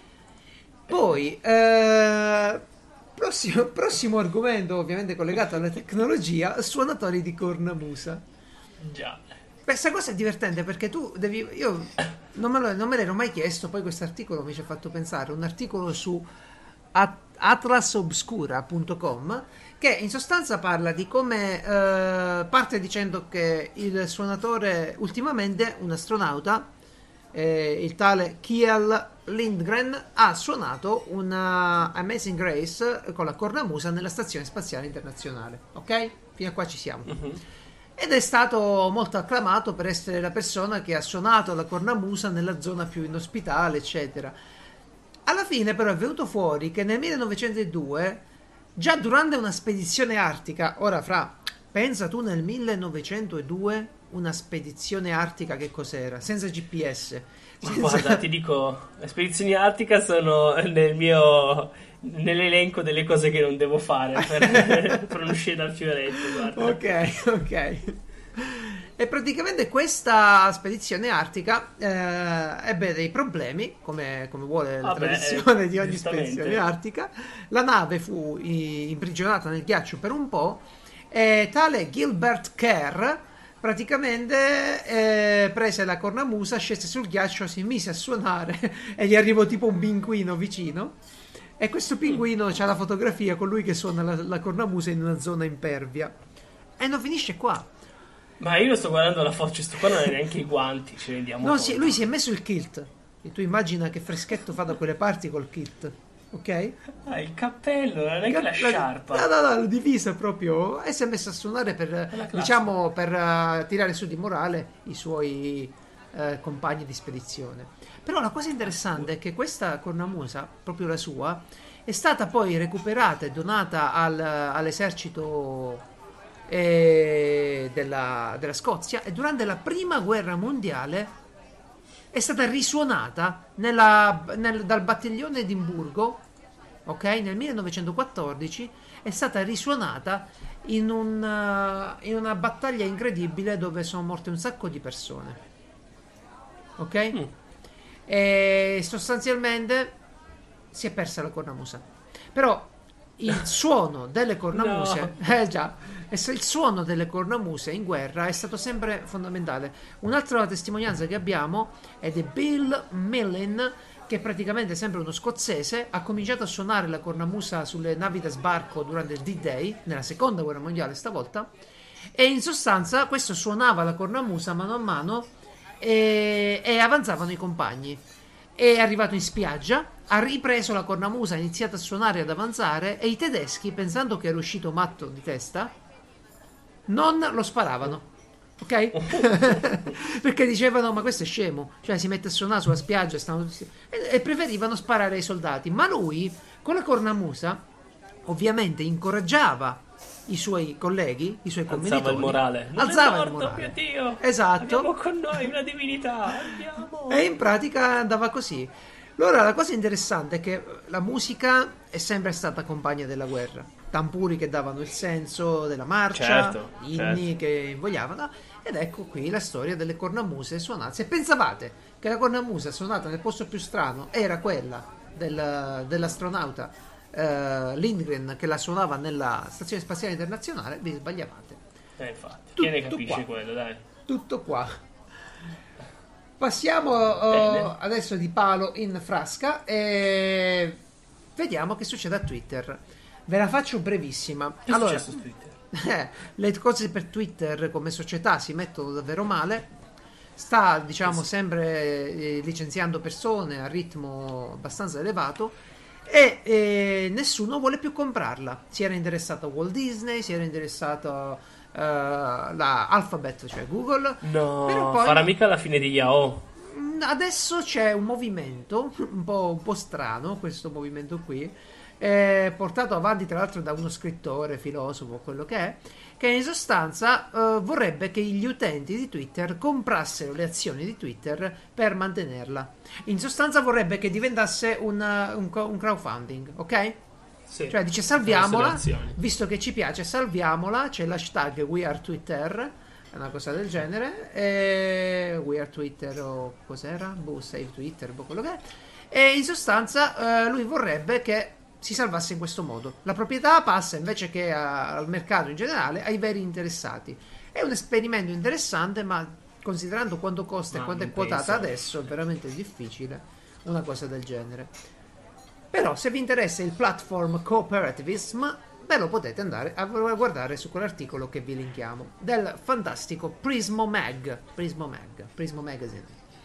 Poi, prossimo argomento, ovviamente collegato alla tecnologia, suonatori di cornamusa. Già. Questa cosa è divertente perché tu devi. Io non me l'ero mai chiesto. Poi questo articolo mi ci ha fatto pensare. Un articolo su atlasobscura.com che in sostanza parla di come parte dicendo che il suonatore, ultimamente, un astronauta, il tale Kiel Lindgren, ha suonato una Amazing Grace con la cornamusa nella Stazione Spaziale Internazionale. Ok? Fino a qua ci siamo. Mhm. Ed è stato molto acclamato per essere la persona che ha suonato la cornamusa nella zona più inospitale, eccetera. Alla fine però è venuto fuori che nel 1902, già durante una spedizione artica, pensa tu nel 1902 una spedizione artica che cos'era? Senza GPS. Ma guarda, ti dico, le spedizioni artica sono nell'elenco delle cose che non devo fare per non uscire dal fioretto, guarda. Ok. E praticamente questa spedizione artica ebbe dei problemi, come vuole la tradizione di ogni giustamente. spedizione artica. La nave fu imprigionata nel ghiaccio per un po', e tale Gilbert Kerr praticamente prese la cornamusa, scese sul ghiaccio, si mise a suonare e gli arrivò tipo un pinguino vicino. E questo pinguino c'ha la fotografia con lui che suona la cornamusa in una zona impervia. E non finisce qua. Ma io sto guardando la foto, sto qua non hai neanche i guanti, ci rendiamo No, conto. lui si è messo il kilt. E tu immagina che freschetto fa da quelle parti col kilt. Ok? Ah, il cappello, non è che la sciarpa. No, la divisa proprio. E si è messo a suonare per, diciamo, per tirare su di morale i suoi compagni di spedizione. Però la cosa interessante è che questa cornamusa, proprio la sua, è stata poi recuperata e donata all'esercito della Scozia, e durante la prima guerra mondiale è stata risuonata dal battaglione Edimburgo, ok? Nel 1914 è stata risuonata in una battaglia incredibile dove sono morte un sacco di persone, ok? E sostanzialmente si è persa la cornamusa, però il suono delle cornamuse il suono delle cornamuse in guerra è stato sempre fondamentale. Un'altra testimonianza che abbiamo è di Bill Millin, che praticamente è sempre uno scozzese, ha cominciato a suonare la cornamusa sulle navi da sbarco durante il D-Day, nella seconda guerra mondiale stavolta, e in sostanza questo suonava la cornamusa mano a mano e avanzavano i compagni. È arrivato in spiaggia, ha ripreso la cornamusa, ha iniziato a suonare e ad avanzare, e i tedeschi, pensando che era uscito matto di testa, non lo sparavano, ok? Perché dicevano: ma questo è scemo, cioè si mette a suonare sulla spiaggia, e preferivano sparare ai soldati. Ma lui, con la cornamusa, ovviamente incoraggiava i suoi colleghi, i suoi commilitoni. Alzava il morale. Alzava il morto, morale. mio Dio. Esatto. Abbiamo con noi una divinità. Andiamo. E in pratica andava così. Allora la cosa interessante è che la musica è sempre stata compagna della guerra. Tamburi che davano il senso della marcia, Certo, inni che invogliavano. Ed ecco qui la storia delle cornamuse suonate. Se pensavate che la cornamusa suonata nel posto più strano era quella dell'astronauta Lindgren, che la suonava nella Stazione Spaziale Internazionale, vi sbagliavate. Infatti, chi ne capisce qua. quello, dai. Tutto qua. Passiamo adesso di palo in frasca e vediamo che succede a Twitter. Ve la faccio brevissima. Che è successo su Twitter? Le cose per Twitter come società si mettono davvero male. Sta, diciamo, sempre licenziando persone a ritmo abbastanza elevato, e nessuno vuole più comprarla. Si era interessato a Walt Disney, si era interessato la Alphabet, cioè Google. No, però poi farà mica la fine di Yahoo. adesso c'è un movimento un po' strano, questo movimento qui, portato avanti tra l'altro da uno scrittore, filosofo, quello che in sostanza vorrebbe che gli utenti di Twitter comprassero le azioni di Twitter per mantenerla. In sostanza vorrebbe che diventasse un crowdfunding, ok? Sì. Cioè dice: salviamola, Le azioni. visto che ci piace, salviamola. C'è l'hashtag WeAreTwitter, è una cosa del genere, We Are Twitter o cos'era? Save Twitter, quello che è. E in sostanza lui vorrebbe che si salvasse in questo modo. La proprietà passa, invece che al mercato in generale, ai veri interessati. È un esperimento interessante, ma considerando quanto costa e quanto è quotata adesso, è veramente difficile una cosa del genere. Però se vi interessa il platform cooperativism, ve lo potete andare a guardare su quell'articolo che vi linkiamo, del fantastico Prismo Magazine.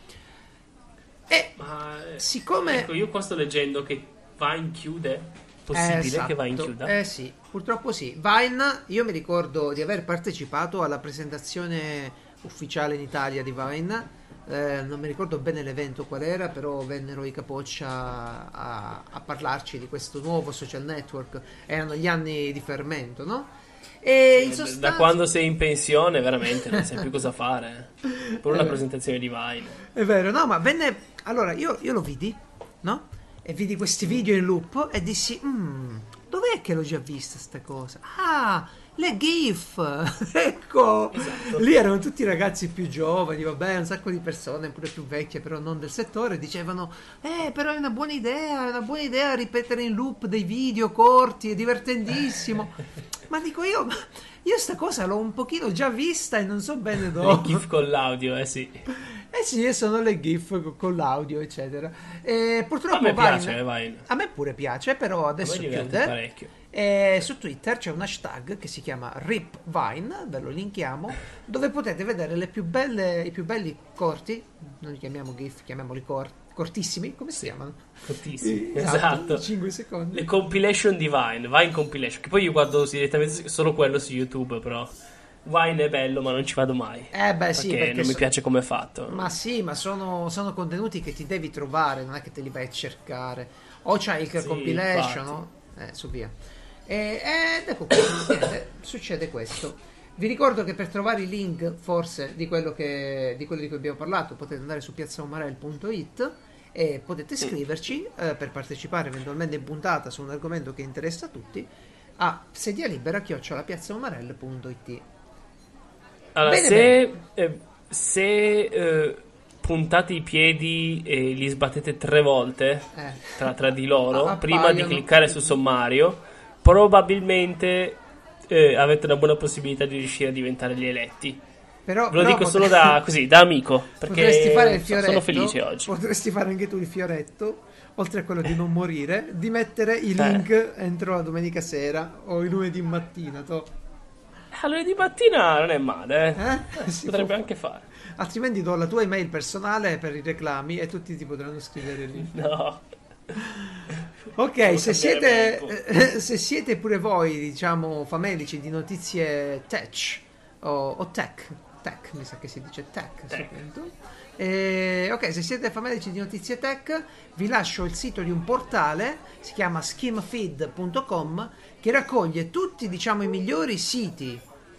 E siccome ecco, io qua sto leggendo che Vine chiude. Possibile esatto, che Vine chiuda? Sì, purtroppo sì. Vine, io mi ricordo di aver partecipato alla presentazione ufficiale in Italia di Vine. Non mi ricordo bene l'evento qual era, però vennero i Capoccia a parlarci di questo nuovo social network. Erano gli anni di fermento, no? E in sostanza... Da quando sei in pensione veramente non sai più cosa fare. Per una presentazione di Vine. È vero, no, ma venne... Allora, io lo vidi, no? E vidi questi video in loop e dissi: dov'è dov'è che l'ho già vista sta cosa? Ah, le GIF! Ecco! Esatto. Lì erano tutti ragazzi più giovani, vabbè, un sacco di persone, pure più vecchie, però non del settore, dicevano, però è una buona idea ripetere in loop dei video corti, è divertentissimo. Ma dico io sta cosa l'ho un pochino già vista e non so bene Le dove. GIF con l'audio, sì. Eh sì, sono le GIF con l'audio, eccetera. Purtroppo A me Vine- piace, Vine. A me pure piace, però A adesso me diverte chiude. parecchio. E su Twitter c'è un hashtag che si chiama RipVine, ve lo linkiamo, dove potete vedere i più belli corti, non li chiamiamo GIF, chiamiamoli cortissimi, come si chiamano? Fortissimo. Esatto. 5 secondi. Le compilation di Vine, Vine compilation. Che poi io guardo direttamente solo quello su YouTube, però. Vine è bello, ma non ci vado mai. Beh sì, perché non mi piace come è fatto. Ma sì, ma sono contenuti che ti devi trovare, non è che te li vai a cercare. O c'hai il Sì, compilation, infatti. no? Su via. Ed ecco qui, niente, succede questo. Vi ricordo che per trovare i link, forse, di quello di cui abbiamo parlato, potete andare su piazzaomarel.it e potete scriverci per partecipare eventualmente in puntata su un argomento che interessa a tutti a sedialibera@piazzaomarel.it. Allora, Bene, se puntate i piedi e li sbattete 3 volte Eh. tra di loro, Appaiono. prima di cliccare su sommario, probabilmente avete una buona possibilità di riuscire a diventare gli eletti. Però, Ve lo dico però solo da amico, potresti fare perché il fioretto, sono felice oggi. potresti fare anche tu il fioretto, oltre a quello di non morire, di mettere i link entro la domenica sera o il lunedì mattina. A lunedì mattina non è male, Si potrebbe può. anche fare. Altrimenti do la tua email personale per i reclami e tutti ti potranno scrivere lì. No. Ok, Devo se cambiare siete, se siete pure voi, diciamo, famelici di notizie tech o tech, mi sa che si dice tech. Tech. Ok, se siete famelici di notizie tech, vi lascio il sito di un portale, si chiama skimfeed.com, che raccoglie tutti, diciamo, i migliori siti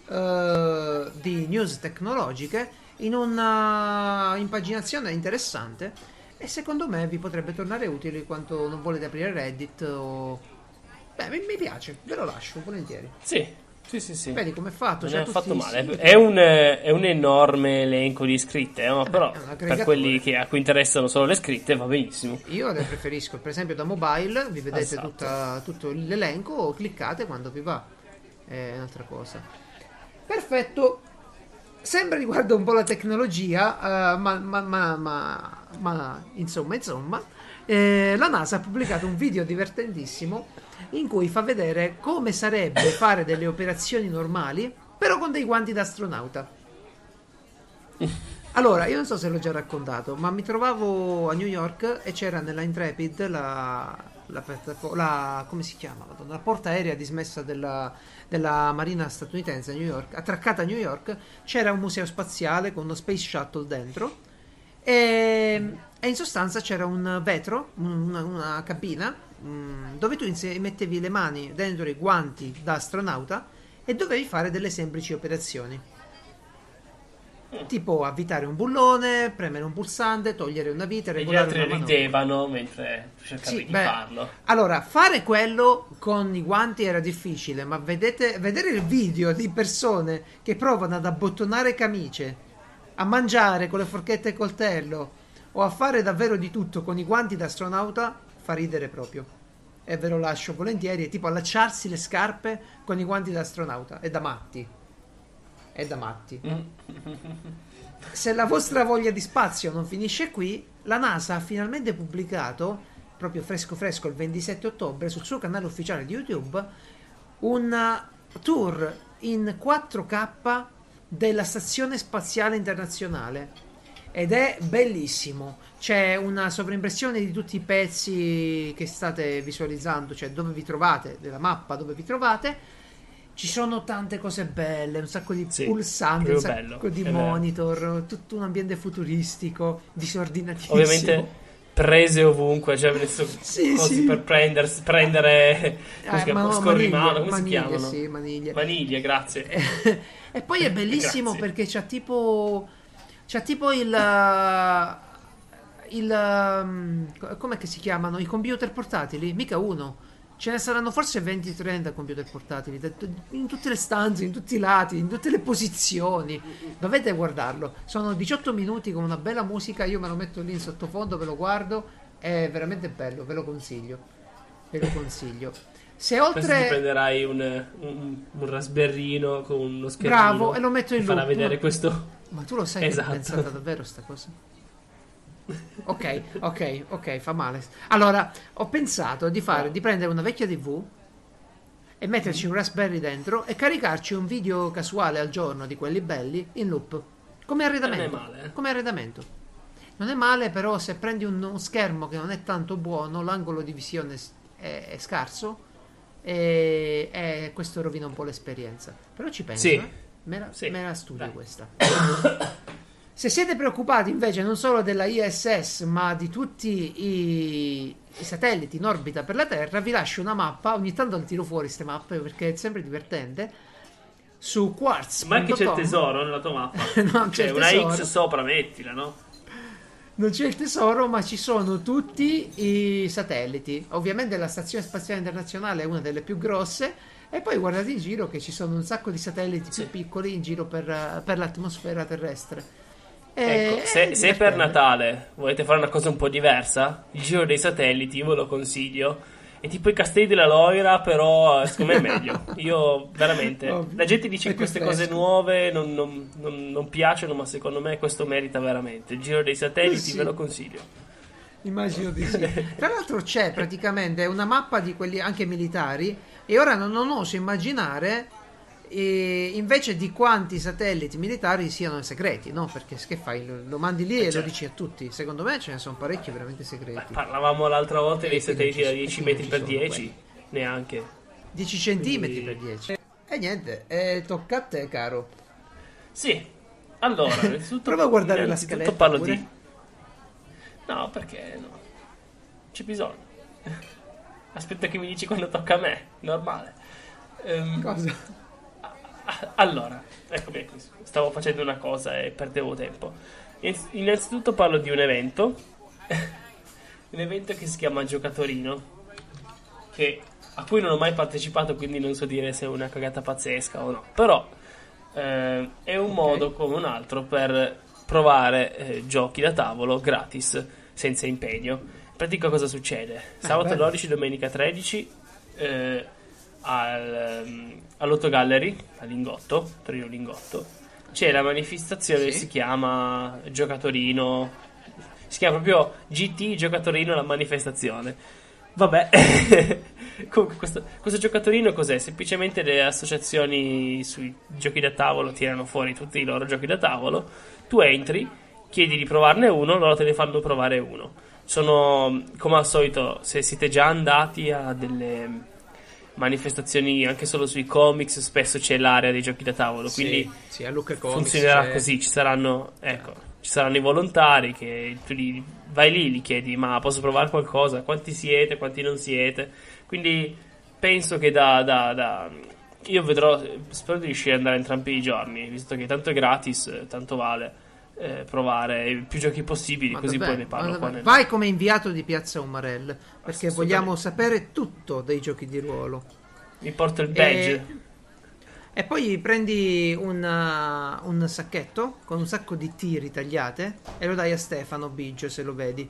di news tecnologiche in una impaginazione interessante. E secondo me vi potrebbe tornare utile quando non volete aprire Reddit o... Beh, mi piace, ve lo lascio volentieri. Sì. Vedi com'è fatto? Non C'ha è tutti fatto i male. siti. È un enorme elenco di scritte, no? Però è un per aggregatore. quelli a cui interessano solo le scritte va benissimo. Io le preferisco, per esempio da mobile, vi vedete Esatto. tutto l'elenco o cliccate quando vi va. È un'altra cosa. Perfetto. Sembra riguarda un po' la tecnologia, ma insomma, la NASA ha pubblicato un video divertentissimo in cui fa vedere come sarebbe fare delle operazioni normali, però con dei guanti da astronauta. Allora, io non so se l'ho già raccontato, ma mi trovavo a New York e c'era nella Intrepid come si chiama? Madonna, la porta aerea dismessa della Marina statunitense a New York, attraccata a New York, c'era un museo spaziale con uno Space Shuttle dentro e in sostanza c'era un vetro, una cabina dove tu mettevi le mani dentro i guanti da astronauta e dovevi fare delle semplici operazioni. Tipo avvitare un bullone, premere un pulsante, togliere una vite, E gli regolare altri una manovra. ridevano mentre cercavi Sì, di beh, farlo. allora, fare quello con i guanti era difficile, ma vedere il video di persone che provano ad abbottonare camicie, a mangiare con le forchette e coltello, o a fare davvero di tutto con i guanti da astronauta, fa ridere proprio. E ve lo lascio volentieri, è tipo allacciarsi le scarpe con i guanti da astronauta. È da matti. È da matti. Se la vostra voglia di spazio non finisce qui, la NASA ha finalmente pubblicato, proprio fresco fresco il 27 ottobre, sul suo canale ufficiale di YouTube, un tour in 4K della Stazione Spaziale Internazionale. Ed è bellissimo. C'è una sovraimpressione di tutti i pezzi che state visualizzando, cioè dove vi trovate, della mappa dove vi trovate. Ci sono tante cose belle, un sacco di pulsanti, un proprio sacco bello, di è vero. monitor, tutto un ambiente futuristico, disordinatissimo. Ovviamente prese ovunque, cioè adesso Sì, cose sì. per prendere come si chiama? Scorrimano, come si maniglie, chiamano? sì, maniglie. Maniglie, grazie. E poi è bellissimo Grazie. perché c'ha tipo com'è che si chiamano? I computer portatili? Mica uno. Ce ne saranno forse 20-30 computer portatili, in tutte le stanze, in tutti i lati, in tutte le posizioni. Dovete guardarlo. Sono 18 minuti con una bella musica, io me lo metto lì in sottofondo, ve lo guardo, è veramente bello, ve lo consiglio. Ve lo consiglio. Se Penso ti oltre... prenderai un rasberrino con uno schermino. Bravo, e lo metto in farà loop. vedere questo. Ma tu lo sai che Esatto. è pensata davvero sta cosa? Ok, fa male. Allora, ho pensato di prendere una vecchia TV e metterci un Raspberry dentro e caricarci un video casuale al giorno di quelli belli in loop. Come arredamento. Non è male. Come arredamento. Non è male, però se prendi uno schermo che non è tanto buono, l'angolo di visione è scarso e questo rovina un po' l'esperienza. Però ci penso, Sì. Me la studio Dai. questa. Se siete preoccupati invece non solo della ISS ma di tutti i satelliti in orbita per la Terra, vi lascio una mappa, ogni tanto le tiro fuori queste mappe perché è sempre divertente, su quartz.com. Ma anche c'è il tesoro nella tua mappa. Non c'è C'è il una tesoro. X sopra, mettila, no? Non c'è il tesoro, ma ci sono tutti i satelliti. Ovviamente la Stazione Spaziale Internazionale è una delle più grosse. E poi guardate in giro che ci sono un sacco di satelliti più piccoli in giro per l'atmosfera terrestre. Ecco, se per Natale volete fare una cosa un po' diversa, il giro dei satelliti io ve lo consiglio. È tipo i castelli della Loira, però secondo me è meglio. Io veramente, Ovvio. la gente dice È che più queste cose fresco. nuove non piacciono, ma secondo me questo merita veramente. Il giro dei satelliti Sì. ve lo consiglio. Immagino di sì. Tra l'altro c'è praticamente una mappa di quelli anche militari e ora non oso immaginare invece di quanti satelliti militari siano segreti, no? Perché che fai? Lo mandi lì e lo certo. dici a tutti. Secondo me ce ne sono parecchi veramente segreti. Parlavamo l'altra volta dei satelliti da 10 quindi metri ci per sono 10, neanche. 10 centimetri Quindi- per 10. E niente, tocca a te, caro. Sì, allora, innanzitutto, Prova a guardare la innanzitutto scaletta parlo pure. di... No, perché no? C'è bisogno. Aspetta che mi dici quando tocca a me, normale. Cosa? Allora, eccomi qui. Stavo facendo una cosa e perdevo tempo. Innanzitutto parlo di un evento. Un evento che si chiama Giocatorino. A cui non ho mai partecipato, quindi non so dire se è una cagata pazzesca o no. Però è un modo come un altro per provare giochi da tavolo gratis, senza impegno. In pratica cosa succede? Sabato bello. 12, domenica 13 all'Otto Gallery a Lingotto, Torino Lingotto, c'è la manifestazione che si chiama Giocatorino, si chiama proprio GT Giocatorino la manifestazione. Vabbè, comunque questo Giocatorino cos'è? Semplicemente le associazioni sui giochi da tavolo tirano fuori tutti i loro giochi da tavolo, tu entri, chiedi di provarne uno, loro te ne fanno provare uno. Sono, come al solito, se siete già andati a delle manifestazioni anche solo sui comics, spesso c'è l'area dei giochi da tavolo, quindi sì, a Luca Comics funzionerà c'è- così, ci saranno i volontari che tu vai lì, li chiedi ma posso provare qualcosa, quanti siete, quanti non siete, quindi penso che io vedrò, spero di riuscire ad andare entrambi i giorni, visto che tanto è gratis, tanto vale provare più giochi possibili, Ma così davvero, poi ne parlo ma qua davvero. Vai come inviato di Piazza Umarell perché Assolutamente. vogliamo sapere tutto dei giochi di ruolo. mi porto il badge. E poi prendi un sacchetto con un sacco di T ritagliate e lo dai a Stefano Biggio se lo vedi.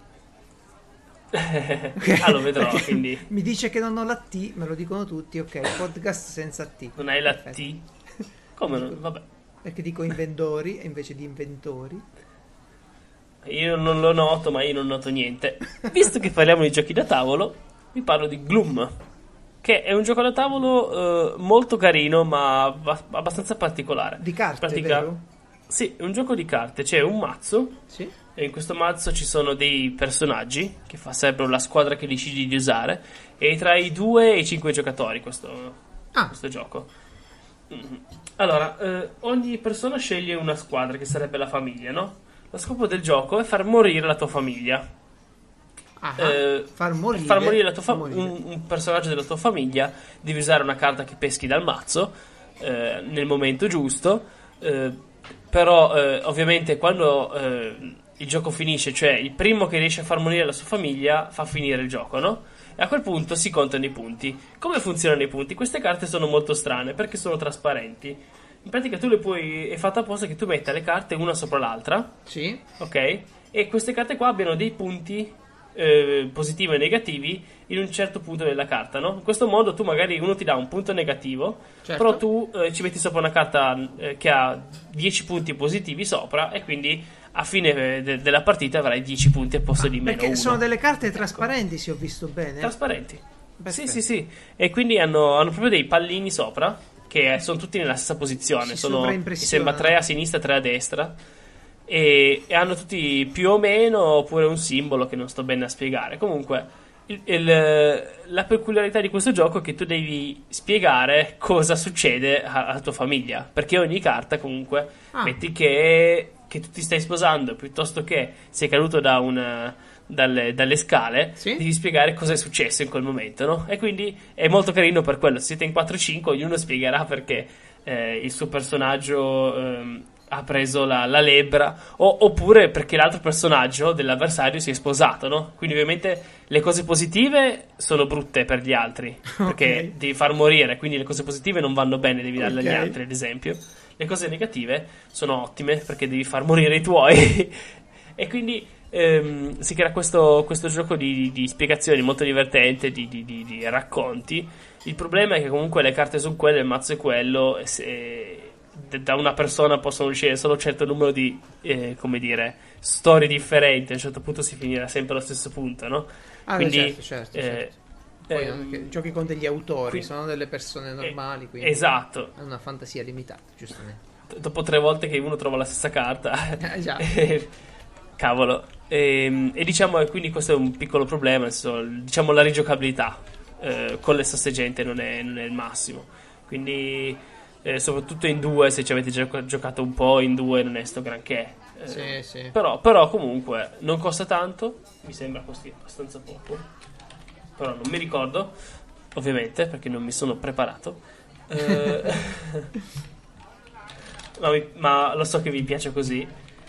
Lo vedrò, Perché quindi mi dice che non ho la T, me lo dicono tutti, ok, podcast senza T. non hai la Perfetto. T? Come no? Vabbè. Perché dico inventori e invece di inventori. Io non lo noto, ma io non noto niente. Visto che parliamo di giochi da tavolo, vi parlo di Gloom, che è un gioco da tavolo molto carino, ma abbastanza particolare. Di carte, In pratica, vero? sì, è un gioco di carte. C'è un mazzo, Sì. e in questo mazzo ci sono dei personaggi, che sarebbero la squadra che decidi di usare, e tra i 2 e i 5 giocatori questo gioco. Allora, ogni persona sceglie una squadra, che sarebbe la famiglia, no? Lo scopo del gioco è far morire la tua famiglia. Far morire, Per far morire la tua morire. un personaggio della tua famiglia devi usare una carta che peschi dal mazzo nel momento giusto, però ovviamente quando il gioco finisce, cioè il primo che riesce a far morire la sua famiglia fa finire il gioco, no? E a quel punto si contano i punti. Come funzionano i punti? Queste carte sono molto strane perché sono trasparenti. In pratica tu le puoi, è fatto apposta che tu metta le carte una sopra l'altra, Sì. ok? E queste carte qua abbiano dei punti positivi e negativi in un certo punto della carta, no? In questo modo tu magari uno ti dà un punto negativo, Certo. però tu ci metti sopra una carta che ha 10 punti positivi sopra e quindi a fine della partita avrai 10 punti al posto di meno Perché 1. sono delle carte trasparenti, se ho visto bene. Trasparenti. Perfetto. Sì. E quindi hanno proprio dei pallini sopra che sono tutti nella stessa posizione. Si Sono, mi sovraimpressionano. sembra 3 a sinistra e 3 a destra. E hanno tutti più o meno oppure un simbolo che non sto bene a spiegare. Comunque la peculiarità di questo gioco è che tu devi spiegare cosa succede alla tua famiglia, perché ogni carta comunque metti che tu ti stai sposando piuttosto che sei caduto dalle scale, Sì. devi spiegare cosa è successo in quel momento, no? E quindi è molto carino per quello. Se siete in 4-5 ognuno spiegherà perché il suo personaggio ha preso la lebbra, oppure perché l'altro personaggio dell'avversario si è sposato, no? Quindi ovviamente le cose positive sono brutte per gli altri, perché devi far morire, quindi le cose positive non vanno bene, devi darle agli altri, ad esempio. Le cose negative sono ottime, perché devi far morire i tuoi. E quindi si crea questo gioco di spiegazioni molto divertente, di racconti. Il problema è che comunque le carte sono quelle, il mazzo è quello, e se da una persona possono uscire solo un certo numero di come dire, storie differenti, a un certo punto si finirà sempre allo stesso punto, no? Quindi certo. Poi anche giochi con degli autori, sono delle persone normali, quindi esatto. è una fantasia limitata, giustamente. Dopo 3 volte che uno trova la stessa carta Già. cavolo. E diciamo che quindi questo è un piccolo problema, diciamo la rigiocabilità con le stesse gente non è il massimo, quindi soprattutto in due, se ci avete giocato un po' in due non è sto granché. Sì. Però comunque non costa tanto, mi sembra costi abbastanza poco, però non mi ricordo ovviamente perché non mi sono preparato. Ma lo so che vi piace così.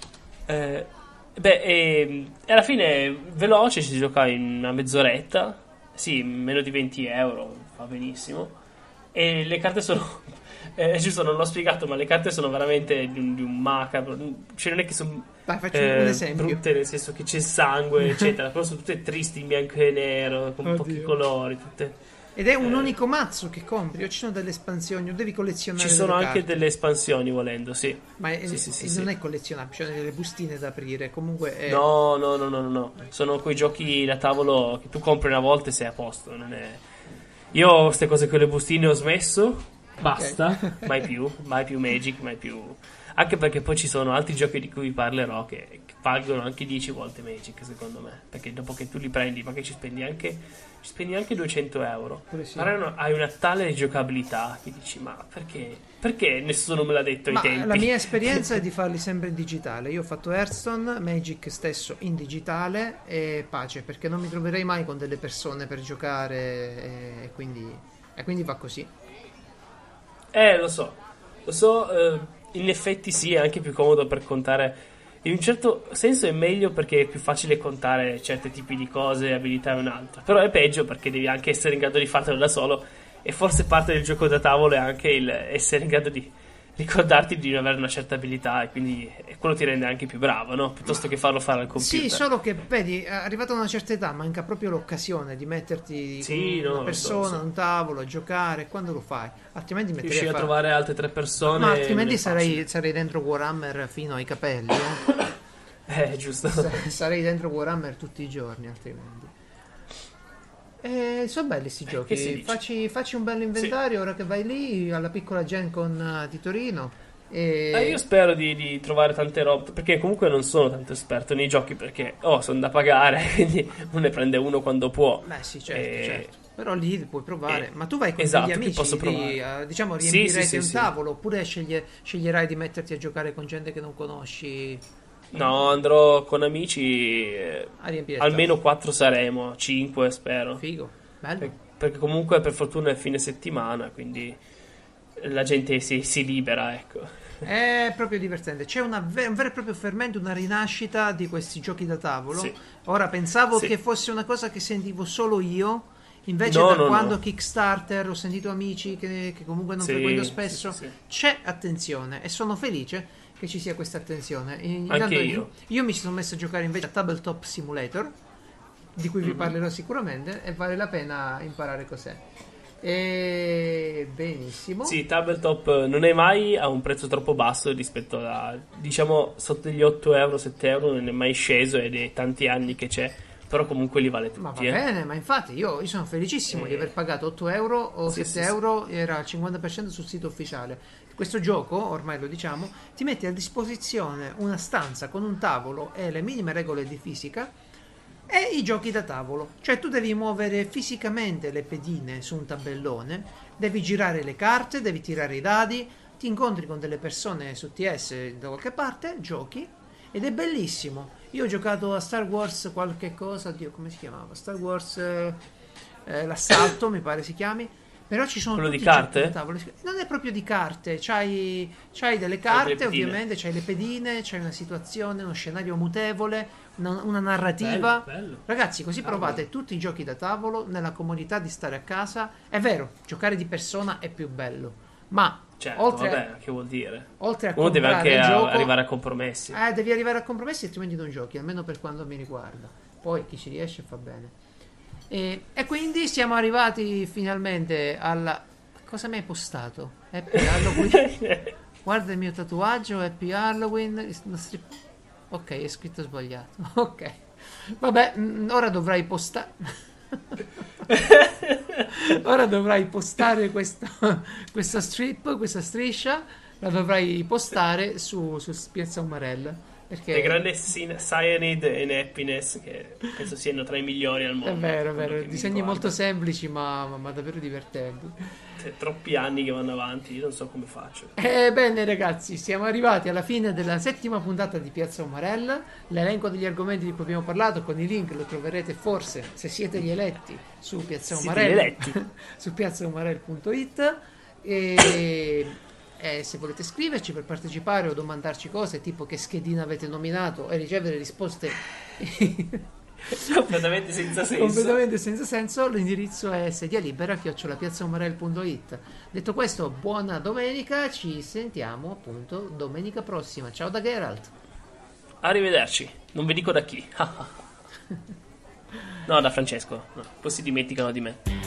Alla fine è veloce, ci si gioca in una mezz'oretta. Sì, meno di 20 euro, va benissimo. E le carte sono giusto, non l'ho spiegato, ma le carte sono veramente di un macabro. Cioè non è che sono Faccio un esempio. brutte, nel senso che c'è sangue eccetera, però sono tutte tristi in bianco e nero, con pochi colori, tutte. Ed è un unico mazzo che compri, o ci sono delle espansioni, o devi collezionare Ci sono delle anche carte? delle espansioni volendo, sì. Ma Sì. non è collezionabile, ci sono delle bustine da aprire, comunque è... No. Sono quei giochi da tavolo che tu compri una volta e sei a posto. Non è... Io queste cose con le bustine ho smesso. Basta. Mai più Magic, mai più. Anche perché poi ci sono altri giochi di cui vi parlerò che valgono anche 10 volte Magic, secondo me. Perché dopo che tu li prendi, magari ci spendi anche 200 euro. Sì. Però hai una tale giocabilità che dici, ma perché nessuno me l'ha detto ai tempi? La mia esperienza è di farli sempre in digitale. Io ho fatto Hearthstone, Magic stesso in digitale e pace, perché non mi troverei mai con delle persone per giocare e quindi va così. Lo so, in effetti sì, è anche più comodo per contare. In un certo senso è meglio perché è più facile contare certi tipi di cose, abilità e un'altra. Però è peggio perché devi anche essere in grado di fartelo da solo. E forse parte del gioco da tavolo è anche il essere in grado di ricordarti di non avere una certa abilità, e quindi quello ti rende anche più bravo, no? Piuttosto che farlo fare al computer. Sì, solo che vedi, arrivato a una certa età manca proprio l'occasione di metterti con una persona a un tavolo a giocare. Quando lo fai? Altrimenti riesci a trovare altre 3 persone. Ma altrimenti sarei dentro Warhammer fino ai capelli. Giusto. Sarei dentro Warhammer tutti i giorni, altrimenti. Sono belli sti giochi. Facci un bel inventario ora che vai lì alla piccola Gen Con di Torino. Io spero di trovare tante robe, perché comunque non sono tanto esperto nei giochi, perché sono da pagare, quindi uno ne prende uno quando può. Beh sì, certo. Però lì puoi provare. Ma tu vai con esatto, degli amici, posso provare. diciamo riempirete un tavolo, oppure sceglierai di metterti a giocare con gente che non conosci? No, andrò con amici, almeno 4 saremo, 5 spero. Figo, bello. Perché comunque per fortuna è fine settimana, quindi la gente si libera, ecco. È proprio divertente. C'è un vero e proprio fermento, una rinascita di questi giochi da tavolo. Sì. Ora pensavo che fosse una cosa che sentivo solo io, Invece No, da no, quando no. Kickstarter ho sentito amici che comunque non Sì, frequento sì, spesso, sì, sì. c'è attenzione e sono felice che ci sia questa attenzione. Anche Intanto io. io mi sono messo a giocare invece a Tabletop Simulator, di cui vi Mhm. parlerò sicuramente, e vale la pena imparare cos'è. E benissimo. Sì, Tabletop non è mai a un prezzo troppo basso rispetto a, diciamo, sotto gli 8 euro, 7 euro, non è mai sceso ed è tanti anni che c'è, però comunque li vale Ma va tutti, eh. bene, ma infatti io sono felicissimo di aver pagato 8 euro o Sì, 7 sì, sì. euro, era al 50% sul sito ufficiale. Questo gioco, ormai lo diciamo, ti mette a disposizione una stanza con un tavolo e le minime regole di fisica e i giochi da tavolo. Cioè tu devi muovere fisicamente le pedine su un tabellone, devi girare le carte, devi tirare i dadi, ti incontri con delle persone su TS da qualche parte, giochi ed è bellissimo. Io ho giocato a Star Wars qualche cosa, oddio, come si chiamava? Star Wars l'assalto, mi pare si chiami. Però ci sono Quello di tutti i giochi da carte? tavolo. Non è proprio di carte, c'hai delle Hai delle carte, pedine. ovviamente, c'hai le pedine, c'hai una situazione, uno scenario mutevole, una Bello, narrativa. bello. Ragazzi, così Cavolo. provate tutti i giochi da tavolo nella comodità di stare a casa. È vero, giocare di persona è più bello, ma Certo, oltre, vabbè, che vuol dire? oltre a Uno deve comprare anche il gioco, arrivare a compromessi. devi arrivare a compromessi, altrimenti non giochi, almeno per quanto mi riguarda. Poi chi ci riesce fa bene. E quindi siamo arrivati finalmente alla... Cosa mi hai postato? Happy Halloween? Guarda il mio tatuaggio, Happy Halloween. Ok, è scritto sbagliato. Ok. Vabbè, ora dovrai postare... ora dovrai postare questa strip, questa striscia. La dovrai postare su Piazza Umarell. Le Perché grandi Cyanide e Happiness che penso siano tra i migliori al mondo, è per quello vero, che mi disegni molto riguarda. semplici ma davvero divertenti. Troppi anni che vanno avanti, io non so come faccio. Bene ragazzi, siamo arrivati alla fine della settima puntata di Piazza Umarell. L'elenco degli argomenti di cui abbiamo parlato con i link lo troverete forse, se siete gli eletti, su Piazza Siete gli Umarell, eletti. su piazzaumarell.it e se volete scriverci per partecipare o domandarci cose tipo che schedina avete nominato e ricevere risposte Completamente senza senso. completamente senza senso, l'indirizzo è sedialibera@piazzaumarell.it. Detto questo, buona domenica, ci sentiamo appunto domenica prossima. Ciao da Geralt. Arrivederci. Non vi dico da chi. No, da Francesco. No, poi si dimenticano di me.